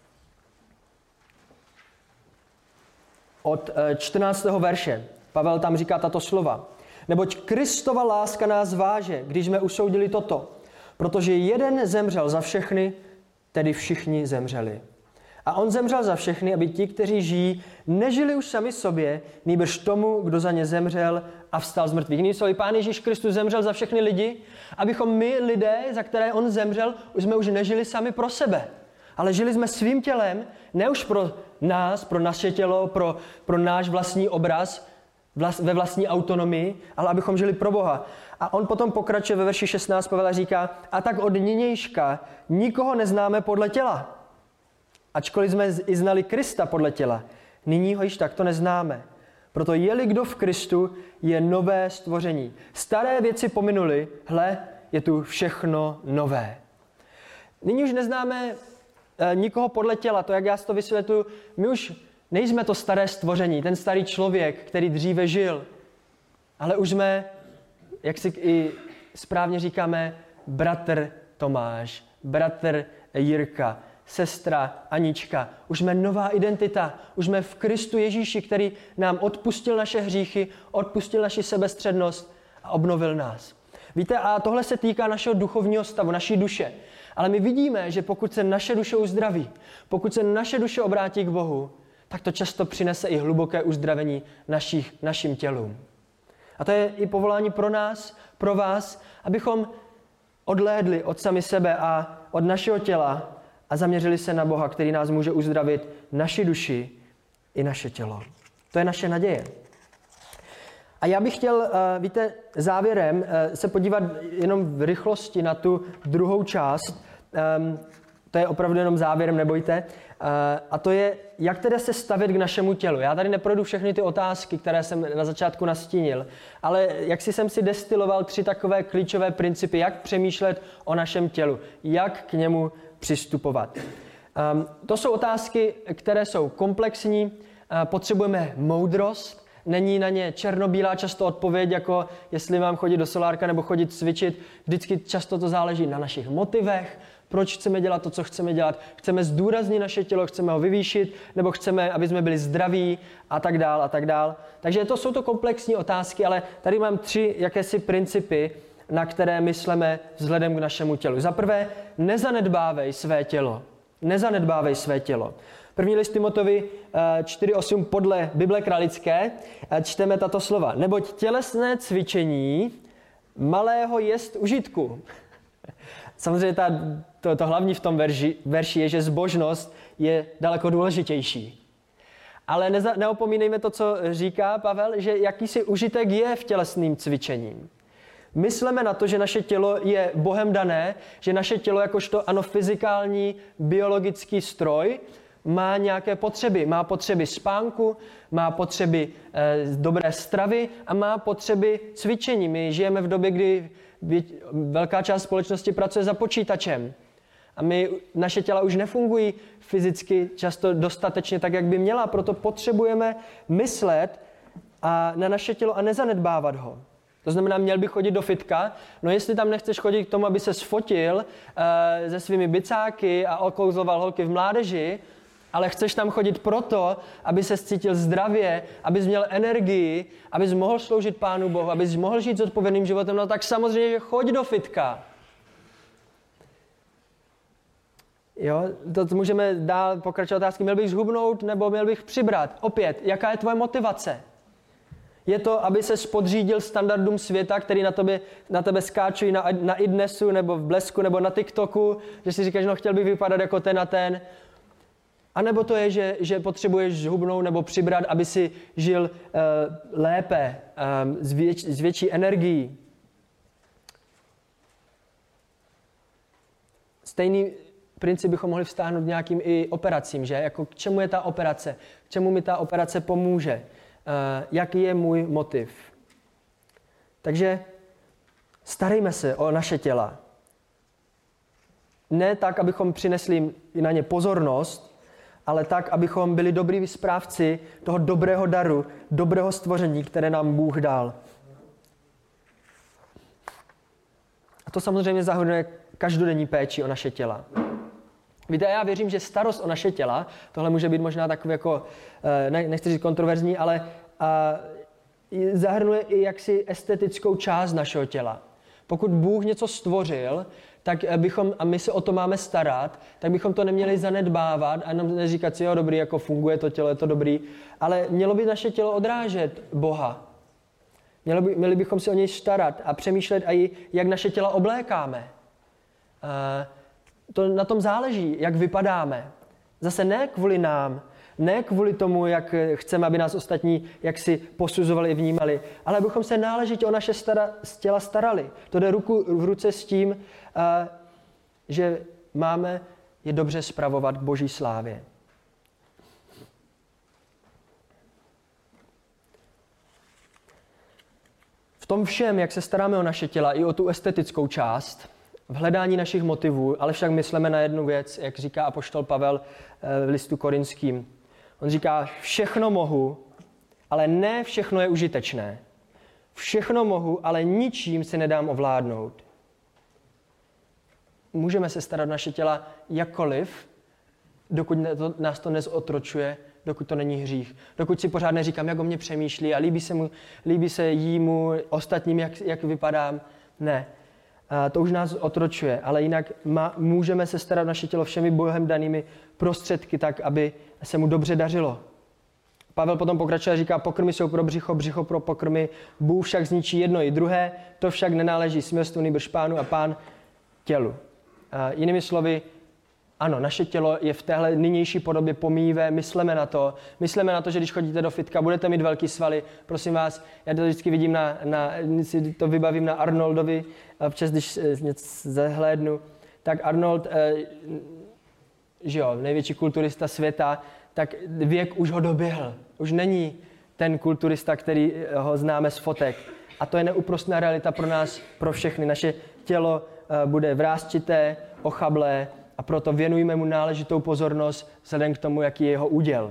od 14. verše. Pavel tam říká tato slova. Neboť Kristova láska nás váže, když jsme usoudili toto. Protože jeden zemřel za všechny, tedy všichni zemřeli. A on zemřel za všechny, aby ti, kteří žijí, nežili už sami sobě, nýbrž tomu, kdo za ně zemřel a vstal z mrtvých. Jinými slovy, Pán Ježíš Kristus zemřel za všechny lidi, abychom my, lidé, za které on zemřel, jsme už nežili sami pro sebe. Ale žili jsme svým tělem, ne už pro nás, pro naše tělo, pro náš vlastní obraz, ve vlastní autonomii, ale abychom žili pro Boha. A on potom pokračuje ve verši 16, Pavel říká, a tak od nynějška nikoho neznáme podle těla. Ačkoliv jsme i znali Krista podle těla, nyní ho již takto neznáme. Proto je-li kdo v Kristu, je nové stvoření. Staré věci pominuly, hle, je tu všechno nové. Nyní už neznáme nikoho podle těla, to, jak já si to vysvětluji, my už nejsme to staré stvoření, ten starý člověk, který dříve žil, ale už jsme, jak si i správně říkáme, bratr Tomáš, bratr Jirka, sestra Anička. Už jsme nová identita, už jsme v Kristu Ježíši, který nám odpustil naše hříchy, odpustil naši sebestřednost a obnovil nás. Víte, a tohle se týká našeho duchovního stavu, naší duše. Ale my vidíme, že pokud se naše duše uzdraví, pokud se naše duše obrátí k Bohu, tak to často přinese i hluboké uzdravení našim tělům. A to je i povolání pro nás, pro vás, abychom odhlédli od sami sebe a od našeho těla a zaměřili se na Boha, který nás může uzdravit naši duši i naše tělo. To je naše naděje. A já bych chtěl, víte, závěrem se podívat jenom v rychlosti na tu druhou část. To je opravdu jenom závěrem, nebojte. A to je, jak tedy se stavět k našemu tělu. Já tady neprojdu všechny ty otázky, které jsem na začátku nastínil, ale jak jsem si destiloval 3 takové klíčové principy, jak přemýšlet o našem tělu, jak k němu přistupovat. To jsou otázky, které jsou komplexní, potřebujeme moudrost, není na ně černobílá často odpověď, jako jestli mám chodit do solárka nebo chodit cvičit. Vždycky často to záleží na našich motivech, proč chceme dělat to, co chceme dělat. Chceme zdůraznit naše tělo, chceme ho vyvýšit, nebo chceme, aby jsme byli zdraví a tak dál a tak dál. Takže jsou to komplexní otázky, ale tady mám 3 jakési principy, na které myslíme vzhledem k našemu tělu. Za prvé, nezanedbávej své tělo. Nezanedbávej své tělo. První list Timoteovi 4.8 podle Bible kralické čteme tato slova. Neboť tělesné cvičení malého jest užitku. Samozřejmě to hlavní v tom verši je, že zbožnost je daleko důležitější. Ale neopomínejme to, co říká Pavel, že jakýsi užitek je v tělesným cvičením. Myslíme na to, že naše tělo je Bohem dané, že naše tělo jakožto fyzikální, biologický stroj má nějaké potřeby. Má potřeby spánku, má potřeby dobré stravy a má potřeby cvičení. My žijeme v době, kdy velká část společnosti pracuje za počítačem. A naše těla už nefungují fyzicky často dostatečně tak, jak by měla. Proto potřebujeme myslet na naše tělo a nezanedbávat ho. To znamená, měl bych chodit do fitka, no jestli tam nechceš chodit k tomu, aby se sfotil se svými bicáky a okouzloval holky v mládeži, ale chceš tam chodit proto, aby se cítil zdravě, abys měl energii, abys mohl sloužit Pánu Bohu, abys mohl žít zodpovědným životem, no tak samozřejmě, že choď do fitka. Jo, to můžeme dál pokračovat otázky. Měl bych zhubnout nebo měl bych přibrat? Opět, jaká je tvoje motivace? Je to, aby se podřídil standardům světa, který na tebe skáčují na iDnesu, nebo v Blesku, nebo na TikToku, že si říkáš, no chtěl bych vypadat jako ten a ten. A nebo to je, že potřebuješ zhubnout nebo přibrat, aby si žil lépe, s větší energií. Stejný princip bychom mohli vztáhnout nějakým i operacím, že? Jako k čemu je ta operace? K čemu mi ta operace pomůže? Jaký je můj motiv? Takže starejme se o naše těla. Ne tak, abychom přinesli na ně pozornost, ale tak, abychom byli dobrý správci toho dobrého daru, dobrého stvoření, které nám Bůh dal. A to samozřejmě zahrnuje každodenní péči o naše těla. Víte, já věřím, že starost o naše těla, tohle může být možná takový jako, nechci říct kontroverzní, ale zahrnuje i jaksi estetickou část našeho těla. Pokud Bůh něco stvořil, tak a my se o to máme starat, tak bychom to neměli zanedbávat a jenom neříkat si, jo, dobrý, jako funguje to tělo, je to dobrý, ale mělo by naše tělo odrážet Boha. Měli bychom se o něj starat a přemýšlet i, jak naše těla oblékáme. To na tom záleží, jak vypadáme. Zase ne kvůli nám, ne kvůli tomu, jak chceme, aby nás ostatní jaksi posuzovali, vnímali, ale abychom se náležitě o naše těla starali. To jde ruku v ruce s tím, že máme je dobře spravovat k Boží slávě. V tom všem, jak se staráme o naše těla, i o tu estetickou část, v hledání našich motivů, ale však myslíme na jednu věc, jak říká apoštol Pavel v listu Korinským. On říká, všechno mohu, ale ne všechno je užitečné. Všechno mohu, ale ničím se nedám ovládnout. Můžeme se starat o naše těla jakkoliv, dokud nás to nezotročuje, dokud to není hřích. Dokud si pořád neříkám, jak o mě přemýšlí a líbí se jímu, ostatním, jak vypadám. Ne. To už nás otročuje, ale jinak můžeme se starat naše tělo všemi Bohem danými prostředky tak, aby se mu dobře dařilo. Pavel potom pokračuje a říká, pokrmy jsou pro břicho, břicho pro pokrmy, Bůh však zničí jedno i druhé, to však nenáleží směstu, nýbrž Pánu a Pán tělu. Jinými slovy, ano, naše tělo je v téhle nynější podobě pomíjivé, myslíme na to, že když chodíte do fitka, budete mít velký svaly. Prosím vás, já to vždycky vidím si to vybavím na Arnoldovi, občas, když něco zahlédnu, tak Arnold, že jo, největší kulturista světa, tak věk už ho doběhl. Už není ten kulturista, který ho známe z fotek. A to je neúprostná realita pro nás, pro všechny. Naše tělo bude vrásčité, ochablé, a proto věnujeme mu náležitou pozornost vzhledem k tomu, jaký je jeho úděl.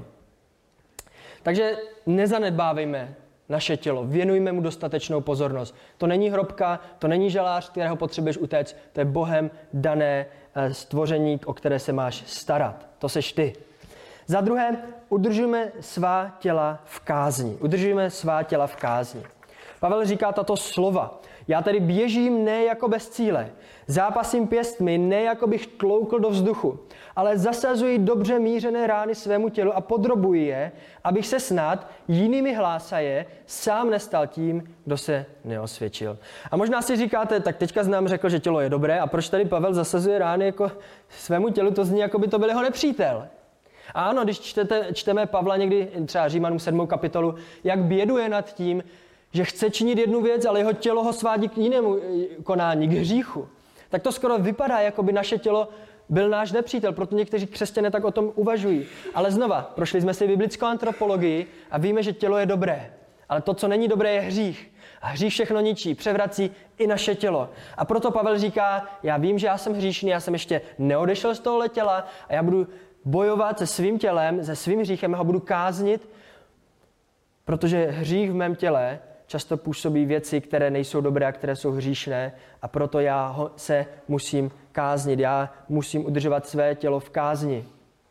Takže nezanedbávejme naše tělo, věnujme mu dostatečnou pozornost. To není hrobka, to není žalář, kterého potřebuješ utéct, to je Bohem dané stvoření, o které se máš starat. To seš ty. Za druhé, udržujme svá těla v kázni. Udržujme svá těla v kázni. Pavel říká tato slova. Já tedy běžím ne jako bez cíle. Zápasím pěstmi ne jako bych tloukl do vzduchu, ale zasazuji dobře mířené rány svému tělu a podrobuji je, abych se snad jinými hlásaje sám nestal tím, kdo se neosvědčil. A možná si říkáte, tak teďka nám řekl, že tělo je dobré a proč tady Pavel zasazuje rány jako svému tělu, to zní, jako by to byl jeho nepřítel. A ano, když čteme Pavla někdy, třeba Římanům 7. kapitolu, jak běduje nad tím, že chce činit jednu věc, ale jeho tělo ho svádí k jinému konání, k hříchu. Tak to skoro vypadá, jako by naše tělo byl náš nepřítel, proto někteří křesťané tak o tom uvažují. Ale znova, prošli jsme si biblickou antropologii a víme, že tělo je dobré. Ale to, co není dobré, je hřích. A hřích všechno ničí, převrací i naše tělo. A proto Pavel říká, já vím, že já jsem hříšný, já jsem ještě neodešel z tohohle těla a já budu bojovat se svým tělem, se svým hříchem, ho budu káznit, protože hřích v mém těle často působí věci, které nejsou dobré a které jsou hříšné a proto já se musím káznit. Já musím udržovat své tělo v kázni.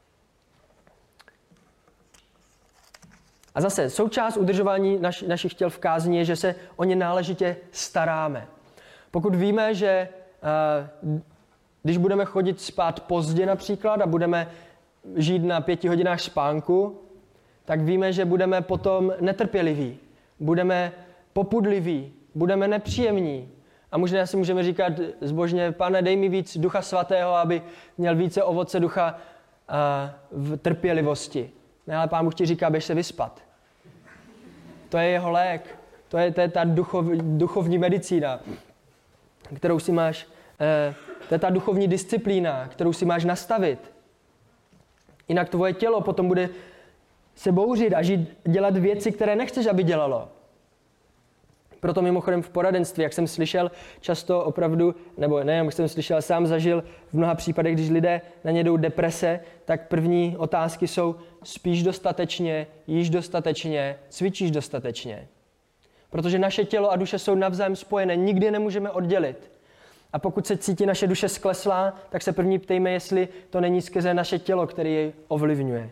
A zase součást udržování našich těl v kázni je, že se o ně náležitě staráme. Pokud víme, že Když budeme chodit spát pozdě například a budeme žít na 5 hodinách spánku, tak víme, že budeme potom netrpěliví, budeme popudliví, budeme nepříjemní. A možná si můžeme říkat zbožně, Pane, dej mi víc Ducha Svatého, aby měl více ovoce ducha v trpělivosti. Ne, ale Pán Bůh ti říká, běž se vyspat. To je jeho lék. To je ta duchovní medicína, kterou si máš, to je ta duchovní disciplína, kterou si máš nastavit. Jinak tvoje tělo potom bude se bouřit a dělat věci, které nechceš, aby dělalo. Proto mimochodem v poradenství, jak jsem slyšel často opravdu, nebo nejenom jsem slyšel, sám zažil v mnoha případech, když lidé na ně jdou deprese, tak první otázky jsou: spíš dostatečně, jíš dostatečně, cvičíš dostatečně. Protože naše tělo a duše jsou navzájem spojené, nikdy nemůžeme oddělit. A pokud se cítí naše duše skleslá, tak se první ptejme, jestli to není skrze naše tělo, které jej ovlivňuje.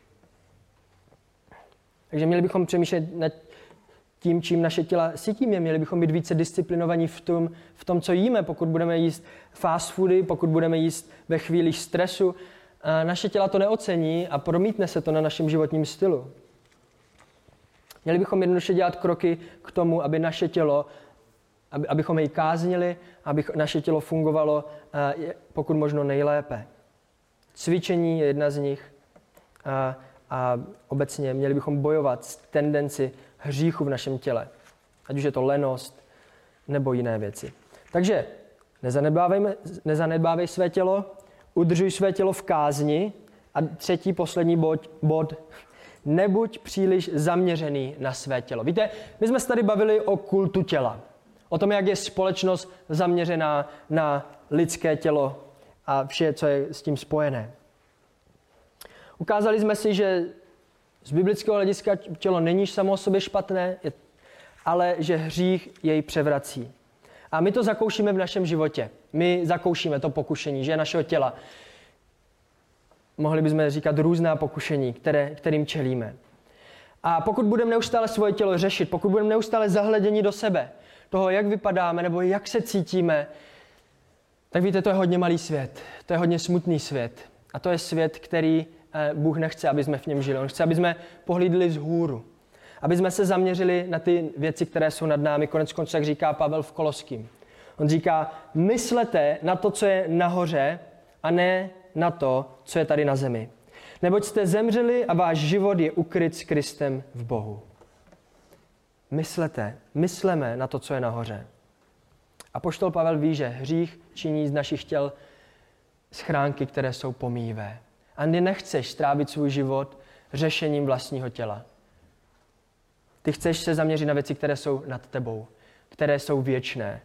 Takže měli bychom přemýšlet nad tím, čím naše těla sytíme. Měli bychom být více disciplinovaní v tom, co jíme. Pokud budeme jíst fast foody, pokud budeme jíst ve chvílích stresu, naše těla to neocení a promítne se to na našem životním stylu. Měli bychom jednoduše dělat kroky k tomu, aby naše tělo, abychom jej káznili, aby naše tělo fungovalo pokud možno nejlépe. Cvičení je jedna z nich a obecně měli bychom bojovat s tendenci hříchu v našem těle. Ať už je to lenost nebo jiné věci. Takže nezanedbávej své tělo, udržuj své tělo v kázni a třetí, poslední bod, nebuď příliš zaměřený na své tělo. Víte, my jsme se tady bavili o kultu těla. O tom, jak je společnost zaměřená na lidské tělo a vše, co je s tím spojené. Ukázali jsme si, že z biblického hlediska tělo není samo o sobě špatné, ale že hřích jej převrací. A my to zakoušíme v našem životě. My zakoušíme to pokušení, že našeho těla. Mohli bychom říkat různá pokušení, kterým čelíme. A pokud budeme neustále svoje tělo řešit, pokud budeme neustále zahleděni do sebe, toho, jak vypadáme nebo jak se cítíme, tak víte, to je hodně malý svět. To je hodně smutný svět. A to je svět, který Bůh nechce, aby jsme v něm žili. On chce, aby jsme pohlídli vzhůru. Aby jsme se zaměřili na ty věci, které jsou nad námi. Koneckonců, jak říká Pavel v Koloským. On říká, myslete na to, co je nahoře a ne na to, co je tady na zemi. Neboť jste zemřeli a váš život je ukryt s Kristem v Bohu. Mysleme na to, co je nahoře. Apoštol Pavel ví, že hřích činí z našich těl schránky, které jsou pomíjivé. A ty nechceš strávit svůj život řešením vlastního těla. Ty chceš se zaměřit na věci, které jsou nad tebou, které jsou věčné.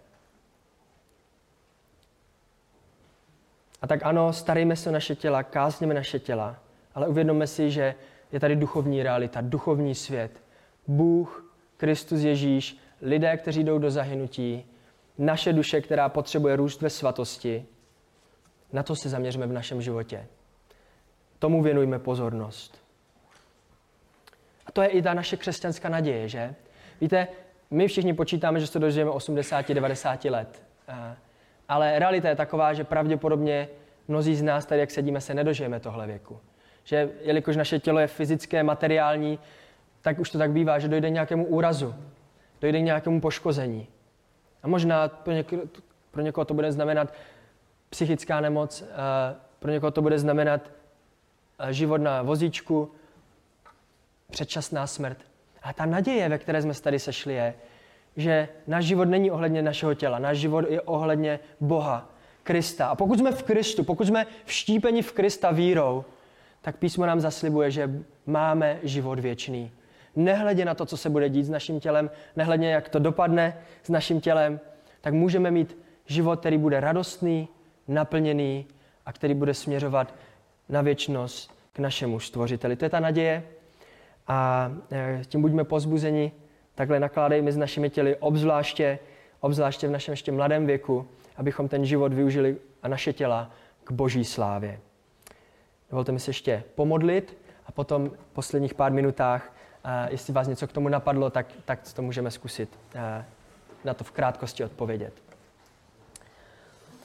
A tak ano, starejme se o naše těla, kázněme naše těla, ale uvědomme si, že je tady duchovní realita, duchovní svět. Bůh, Kristus Ježíš, lidé, kteří jdou do zahynutí, naše duše, která potřebuje růst ve svatosti. Na to se zaměříme v našem životě. Tomu věnujme pozornost. A to je i ta naše křesťanská naděje, že? Víte, my všichni počítáme, že se dožijeme 80-90 let. Ale realita je taková, že pravděpodobně mnozí z nás tady, jak sedíme, se nedožijeme tohle věku. Že jelikož naše tělo je fyzické, materiální, tak už to tak bývá, že dojde k nějakému úrazu, dojde k nějakému poškození. A možná pro někoho to bude znamenat psychická nemoc, pro někoho to bude znamenat život na vozíčku, předčasná smrt. A ta naděje, ve které jsme se tady sešli, je, že náš život není ohledně našeho těla, náš život je ohledně Boha, Krista. A pokud jsme v Kristu, pokud jsme vštípeni v Krista vírou, tak písmo nám zaslibuje, že máme život věčný. Nehledě na to, co se bude dít s naším tělem, nehledě, jak to dopadne s naším tělem, tak můžeme mít život, který bude radostný, naplněný a který bude směřovat na věčnost k našemu Stvořiteli. To je ta naděje a tím buďme povzbuzeni, takhle nakládejme s našimi těly, obzvláště v našem ještě mladém věku, abychom ten život využili a naše těla k Boží slávě. Dovolte mi se ještě pomodlit a potom v posledních pár minutách, jestli vás něco k tomu napadlo, tak to můžeme zkusit na to v krátkosti odpovědět.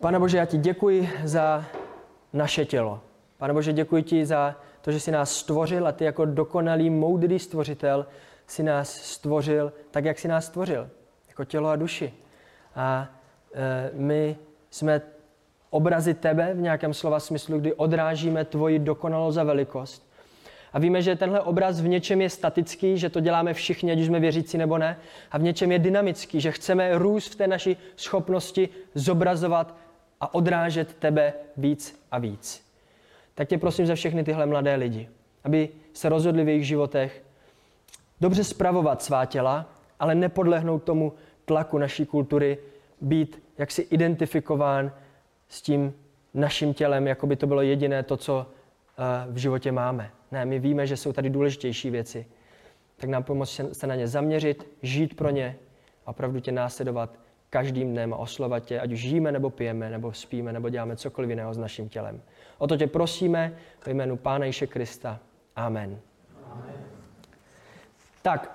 Pane Bože, já ti děkuji za naše tělo. Pane Bože, děkuji ti za to, že jsi nás stvořil a ty jako dokonalý, moudrý stvořitel si nás stvořil tak, jak jsi nás stvořil. Jako tělo a duši. A my jsme obrazy tebe v nějakém slova smyslu, kdy odrážíme tvoji dokonalost a velikost. A víme, že tenhle obraz v něčem je statický, že to děláme všichni, ať už jsme věřící nebo ne. A v něčem je dynamický, že chceme růst v té naší schopnosti zobrazovat a odrážet tebe víc a víc. Tak tě prosím za všechny tyhle mladé lidi, aby se rozhodli v jejich životech dobře spravovat svá těla, ale nepodlehnout tomu tlaku naší kultury, být jaksi identifikován s tím naším tělem, jako by to bylo jediné to, co v životě máme. Ne, my víme, že jsou tady důležitější věci. Tak nám pomoct se na ně zaměřit, žít pro ně a opravdu tě následovat každým dnem a oslovat tě, ať už žijeme, nebo pijeme, nebo spíme, nebo děláme cokoliv jiného s naším tělem. O to tě prosíme ve jménu Pána Ježíše Krista. Amen. Amen. Tak,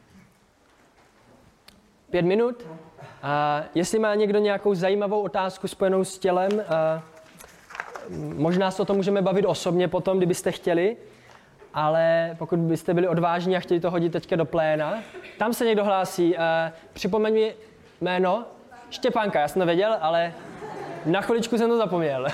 5 minut. A jestli má někdo nějakou zajímavou otázku spojenou s tělem, možná se o tom můžeme bavit osobně potom, kdybyste chtěli, ale pokud byste byli odvážní a chtěli to hodit teďka do pléna. Tam se někdo hlásí. Připomeň mi jméno. Štěpánka, já jsem to věděl, ale na chviličku jsem to zapomněl.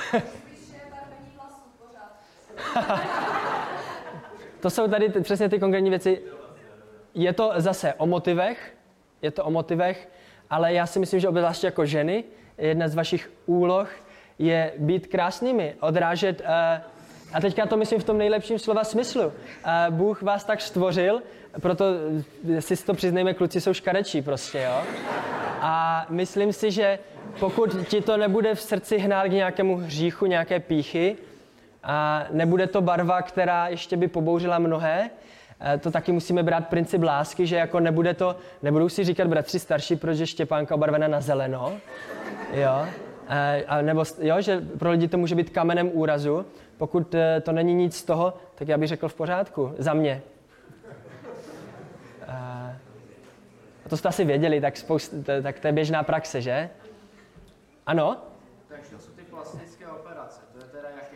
To jsou tady přesně ty konkrétní věci. Je to zase o motivech, ale já si myslím, že obzvláště jako ženy, jedna z vašich úloh je být krásnými, odrážet, a teďka to myslím v tom nejlepším slova smyslu. Bůh vás tak stvořil, proto si to přiznejme, kluci jsou škarečí prostě, jo. A myslím si, že pokud ti to nebude v srdci hnát k nějakému hříchu, nějaké pýchy, a nebude to barva, která ještě by pobouřila mnohé, to taky musíme brát princip lásky, že jako nebudou si říkat bratři starší, protože Štěpánka obarvená na zeleno, jo. Nebo jo, že pro lidi to může být kamenem úrazu. Pokud to není nic z toho, tak já bych řekl v pořádku, za mě. A to jste asi věděli, tak to je běžná praxe, že? Ano? Takže to jsou ty plastické operace, to je teda jaký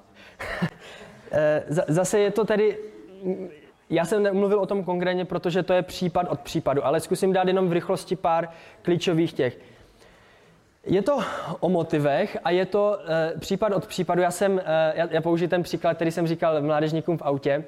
Zase je to tedy, já jsem nemluvil o tom konkrétně, protože to je případ od případu, ale zkusím dát jenom v rychlosti pár klíčových těch. Je to o motivech a je to případ od případu. Já použiju ten příklad, který jsem říkal mládežníkům v autě.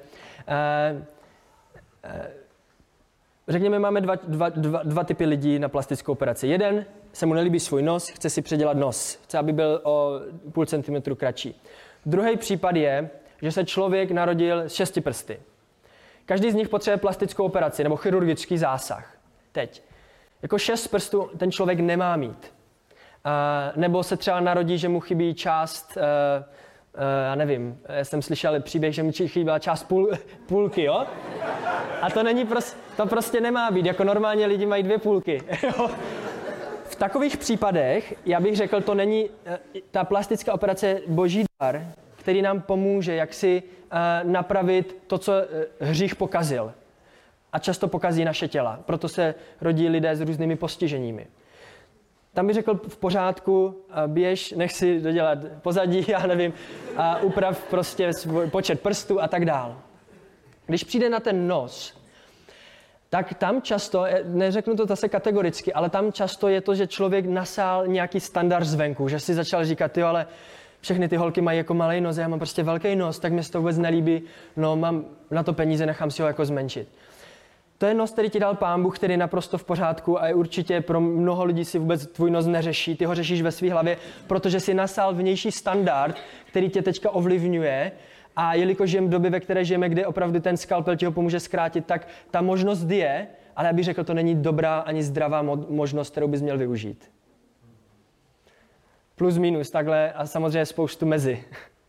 Řekněme, máme dva typy lidí na plastickou operaci. Jeden se mu nelíbí svůj nos, chce si předělat nos. Chce, aby byl o 0,5 centimetru kratší. Druhý případ je, že se člověk narodil s 6 prsty. Každý z nich potřebuje plastickou operaci nebo chirurgický zásah. Teď. Jako 6 prstů ten člověk nemá mít. Nebo se třeba narodí, že mu chybí část, já nevím, já jsem slyšel příběh, že mi chyběla část půlky, jo? A to prostě nemá být, jako normálně lidi mají 2 půlky. V takových případech, já bych řekl, to není, ta plastická operace boží dar, který nám pomůže, jak si napravit to, co hřích pokazil. A často pokazí naše těla, proto se rodí lidé s různými postiženími. Tam bych řekl v pořádku, běž, nech si dodělat pozadí, já nevím, a uprav prostě počet prstů a tak dál. Když přijde na ten nos, tak tam často, neřeknu to zase kategoricky, ale tam často je to, že člověk nasál nějaký standard zvenku, že si začal říkat, jo, ale všechny ty holky mají jako malej nos, já mám prostě velký nos, tak mi se to vůbec nelíbí, no mám na to peníze, nechám si ho jako zmenšit. To je nos, který ti dal Pán Bůh, který je naprosto v pořádku a je určitě pro mnoho lidí si vůbec tvůj nos neřeší. Ty ho řešíš ve své hlavě, protože si nasál vnější standard, který tě teďka ovlivňuje. A jelikož žijeme v době, ve které žijeme, kde opravdu ten skalpel ti ho pomůže zkrátit, tak ta možnost je, ale já bych řekl, to není dobrá ani zdravá možnost, kterou bys měl využít. Plus, minus, takhle a samozřejmě spoustu mezi.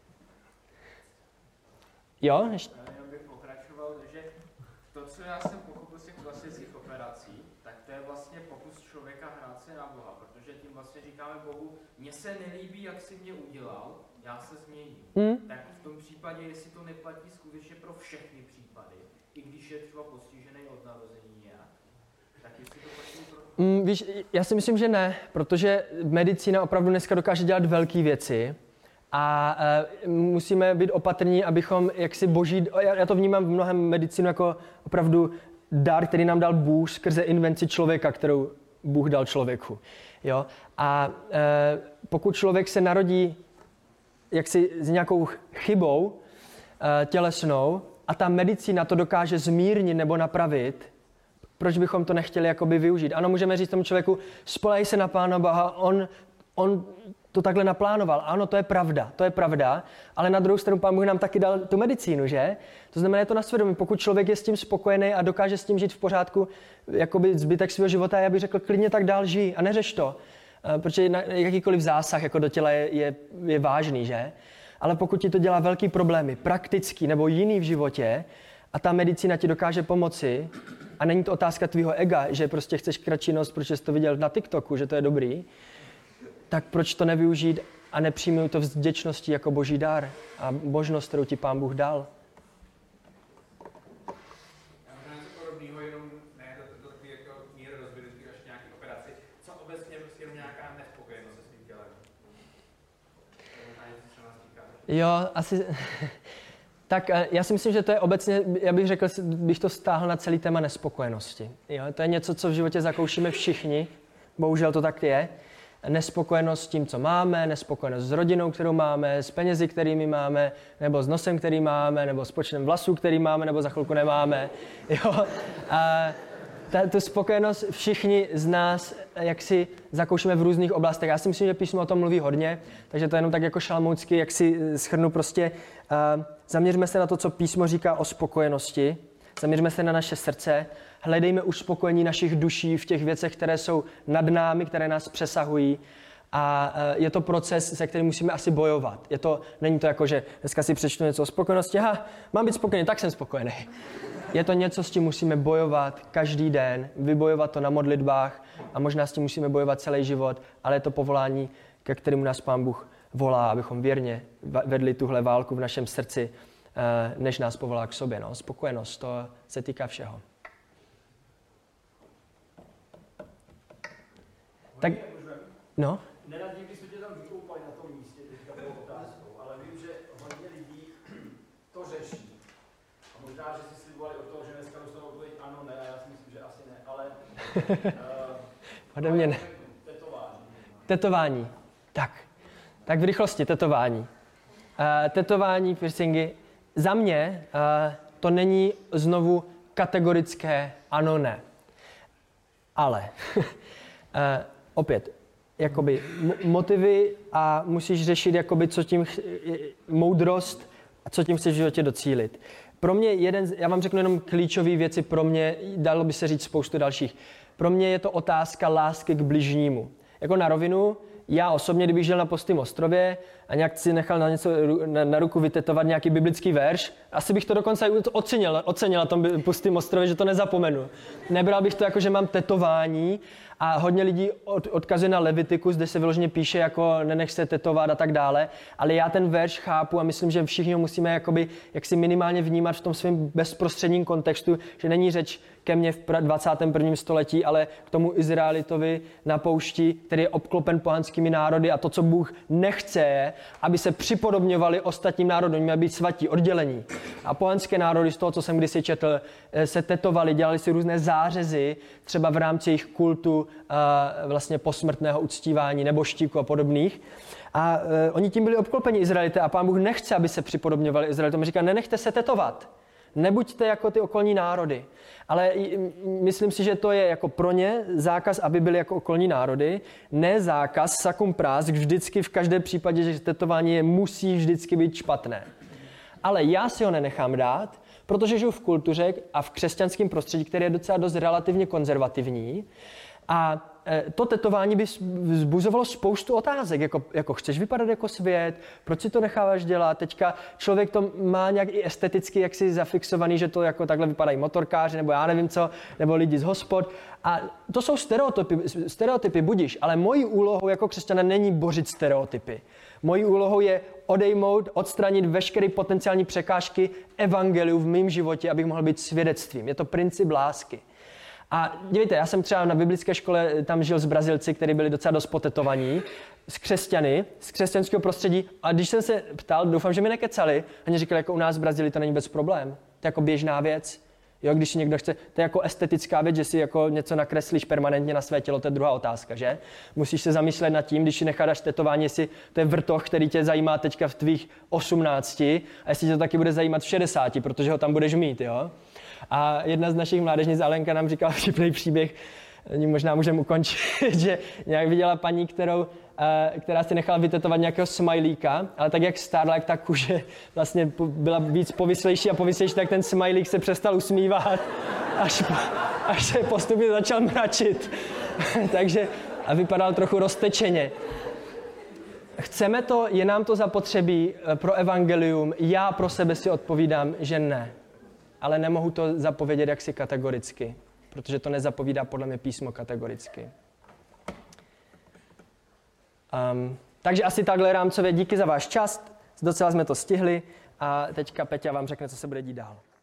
Jo? Já bych pokračoval, že to, co já jsem pochopil z těch klasických operací, tak to je vlastně pokus člověka hrát se na Boha, protože tím vlastně říkáme Bohu, mně se nelíbí, jak jsi mě udělal, já se změním. Tak v tom případě, jestli to neplatí skutečně pro všechny případy, i když je třeba postižený od narození nějak. Víš, já si myslím, že ne, protože medicína opravdu dneska dokáže dělat velké věci a musíme být opatrní, abychom jaksi boží, já to vnímám v mnohem medicínu jako opravdu dar, který nám dal Bůh skrze invenci člověka, kterou Bůh dal člověku. Jo? A pokud člověk se narodí jaksi s nějakou chybou tělesnou a ta medicína to dokáže zmírnit nebo napravit, proč bychom to nechtěli jakoby využít? Ano, můžeme říct tomu člověku, spolehej se na Pána Boha, on to takhle naplánoval. Ano, to je pravda, ale na druhou stranu Pán Bůh nám taky dal tu medicínu, že? To znamená, je to na svědomí. Pokud člověk je s tím spokojený a dokáže s tím žít v pořádku, jakoby zbytek svého života, já bych řekl, klidně tak dál žij a neřeš to. Protože jakýkoliv zásah jako do těla je vážný, že? Ale pokud ti to dělá velký problémy, praktický nebo jiný v životě, a ta medicína ti dokáže pomoci, a není to otázka tvýho ega, že prostě chceš kratší nos, protože jsi to viděl na TikToku, že to je dobrý, tak proč to nevyužít a nepřijmout to vděčností jako boží dar a možnost, kterou ti Pán Bůh dal. Já možná něco podobného, jenom ne do takové jako míry rozvinutý až nějaký operaci. Co obecně prostě jenom nějaká nespokojenost se svým tělem? Jo, asi... Tak já si myslím, že to je obecně, já bych řekl, bych to stáhl na celý téma nespokojenosti. Jo, to je něco, co v životě zakoušíme všichni, bohužel to tak je. Nespokojenost s tím, co máme, nespokojenost s rodinou, kterou máme, s penězi, kterými máme, nebo s nosem, který máme, nebo s počtem vlasů, který máme, nebo za chvilku nemáme. Jo? A tu spokojenost všichni z nás jak si zakoušíme v různých oblastech. Já si myslím, že písmo o tom mluví hodně, takže to jenom tak jako šalmoucky, jak si shrnu prostě. Zaměřme se na to, co písmo říká o spokojenosti. Zaměřme se na naše srdce. Hledejme uspokojení našich duší v těch věcech, které jsou nad námi, které nás přesahují. A je to proces, se kterým musíme asi bojovat. Není to jako, že dneska si přečtu něco o spokojenosti. Mám být spokojený, tak jsem spokojený. Je to něco, s tím musíme bojovat každý den, vybojovat to na modlitbách a možná s tím musíme bojovat celý život, ale je to povolání, ke kterému nás Pán Bůh volá, abychom věrně vedli tuhle válku v našem srdci, než nás povolá k sobě. No. Spokojenost, to se týká všeho. Tak, no? Nerad někdy jsme tě tam vykoupali na tom místě, teďka bylo otázkou, ale vím, že hodně lidí to řeší. A možná, že si slibovali od toho, že dneska dostanou odpověď ano, ne, a já si myslím, že asi ne, ale ode mě ne. Tetování. Tak v rychlosti tetování. Tetování, piercingy. Za mě to není znovu kategorické ano, ne. Ale opět, jakoby motivy a musíš řešit, jakoby, co tím moudrost a co tím chceš v životě docílit. Pro mě já vám řeknu jenom klíčové věci, pro mě, dalo by se říct spoustu dalších. Pro mě je to otázka lásky k bližnímu. Jako na rovinu, já osobně, kdybych žil na Pustém ostrově a nějak si nechal na ruku vytetovat nějaký biblický verš, asi bych to dokonce ocenil na tom Pustém ostrově, že to nezapomenu. Nebral bych to jako, že mám tetování a hodně lidí odkazuje na Levitikus, kde se vyloženě píše jako nenech se tetovat a tak dále, ale já ten verš chápu a myslím, že všichni ho musíme jaksi minimálně vnímat v tom svém bezprostředním kontextu, že není řeč ke mně v 21. století, ale k tomu Izraelitovi na poušti, který je obklopen pohanskými národy a to, co Bůh nechce, je, aby se připodobňovali ostatním národům, oni měli být svatí, oddělení. A pohanské národy z toho, co jsem kdysi četl, se tetovali, dělali si různé zářezy, třeba v rámci jejich kultu vlastně posmrtného uctívání nebo štíku a podobných. A oni tím byli obklopeni Izraelité a Pán Bůh nechce, aby se připodobňovali Izraelitům. Říká, nenechte se tetovat. Nebuďte jako ty okolní národy. Ale myslím si, že to je jako pro ně zákaz, aby byli jako okolní národy. Ne zákaz, sakum prás, vždycky v každém případě, že tetování musí vždycky být špatné. Ale já si ho nenechám dát, protože žiju v kultuře a v křesťanském prostředí, které je docela dost relativně konzervativní. A to tetování by vzbuzovalo spoustu otázek, jako chceš vypadat jako svět, proč si to necháváš dělat, teďka člověk to má nějak i esteticky jaksi zafixovaný, že to jako takhle vypadají motorkáři, nebo já nevím co, nebo lidi z hospod. A to jsou stereotypy budiš, ale mojí úlohou jako křesťana není bořit stereotypy. Mojí úlohou je odstranit veškeré potenciální překážky evangeliu v mém životě, abych mohl být svědectvím. Je to princip lásky. A dívejte, já jsem třeba na biblické škole tam žil s Brazilci, kteří byli docela dost potetovaní, s křesťany, z křesťanského prostředí. A když jsem se ptal, doufám, že mi nekecali, oni říkali, jako u nás v Brazílii to není vůbec problém. To je jako běžná věc. Jo, když si někdo chce, to je jako estetická věc, že si jako něco nakreslíš permanentně na své tělo, to je druhá otázka, že? Musíš se zamyslet nad tím, když si necháš tetování, jestli to je vrtoch, který tě zajímá teďka v tvých 18 a jestli tě to taky bude zajímat v 60, protože ho tam budeš mít, jo? A jedna z našich mládežnic, Alenka, nám říkala vtipný příběh, možná můžeme ukončit, že nějak viděla paní, která si nechala vytetovat nějakého smajlíka, ale tak jak stárla, jak ta kůže vlastně byla víc povyslejší a povyslejší, tak ten smajlík se přestal usmívat, až se postupně začal mračit. Takže a vypadal trochu roztečeně. Chceme to, je nám to zapotřebí pro evangelium, já pro sebe si odpovídám, že ne. Ale nemohu to zapovědět jaksi kategoricky, protože to nezapovídá podle mě písmo kategoricky. Takže asi takhle rámcově díky za váš čas, docela jsme to stihli a teďka Peťa vám řekne, co se bude dít dál.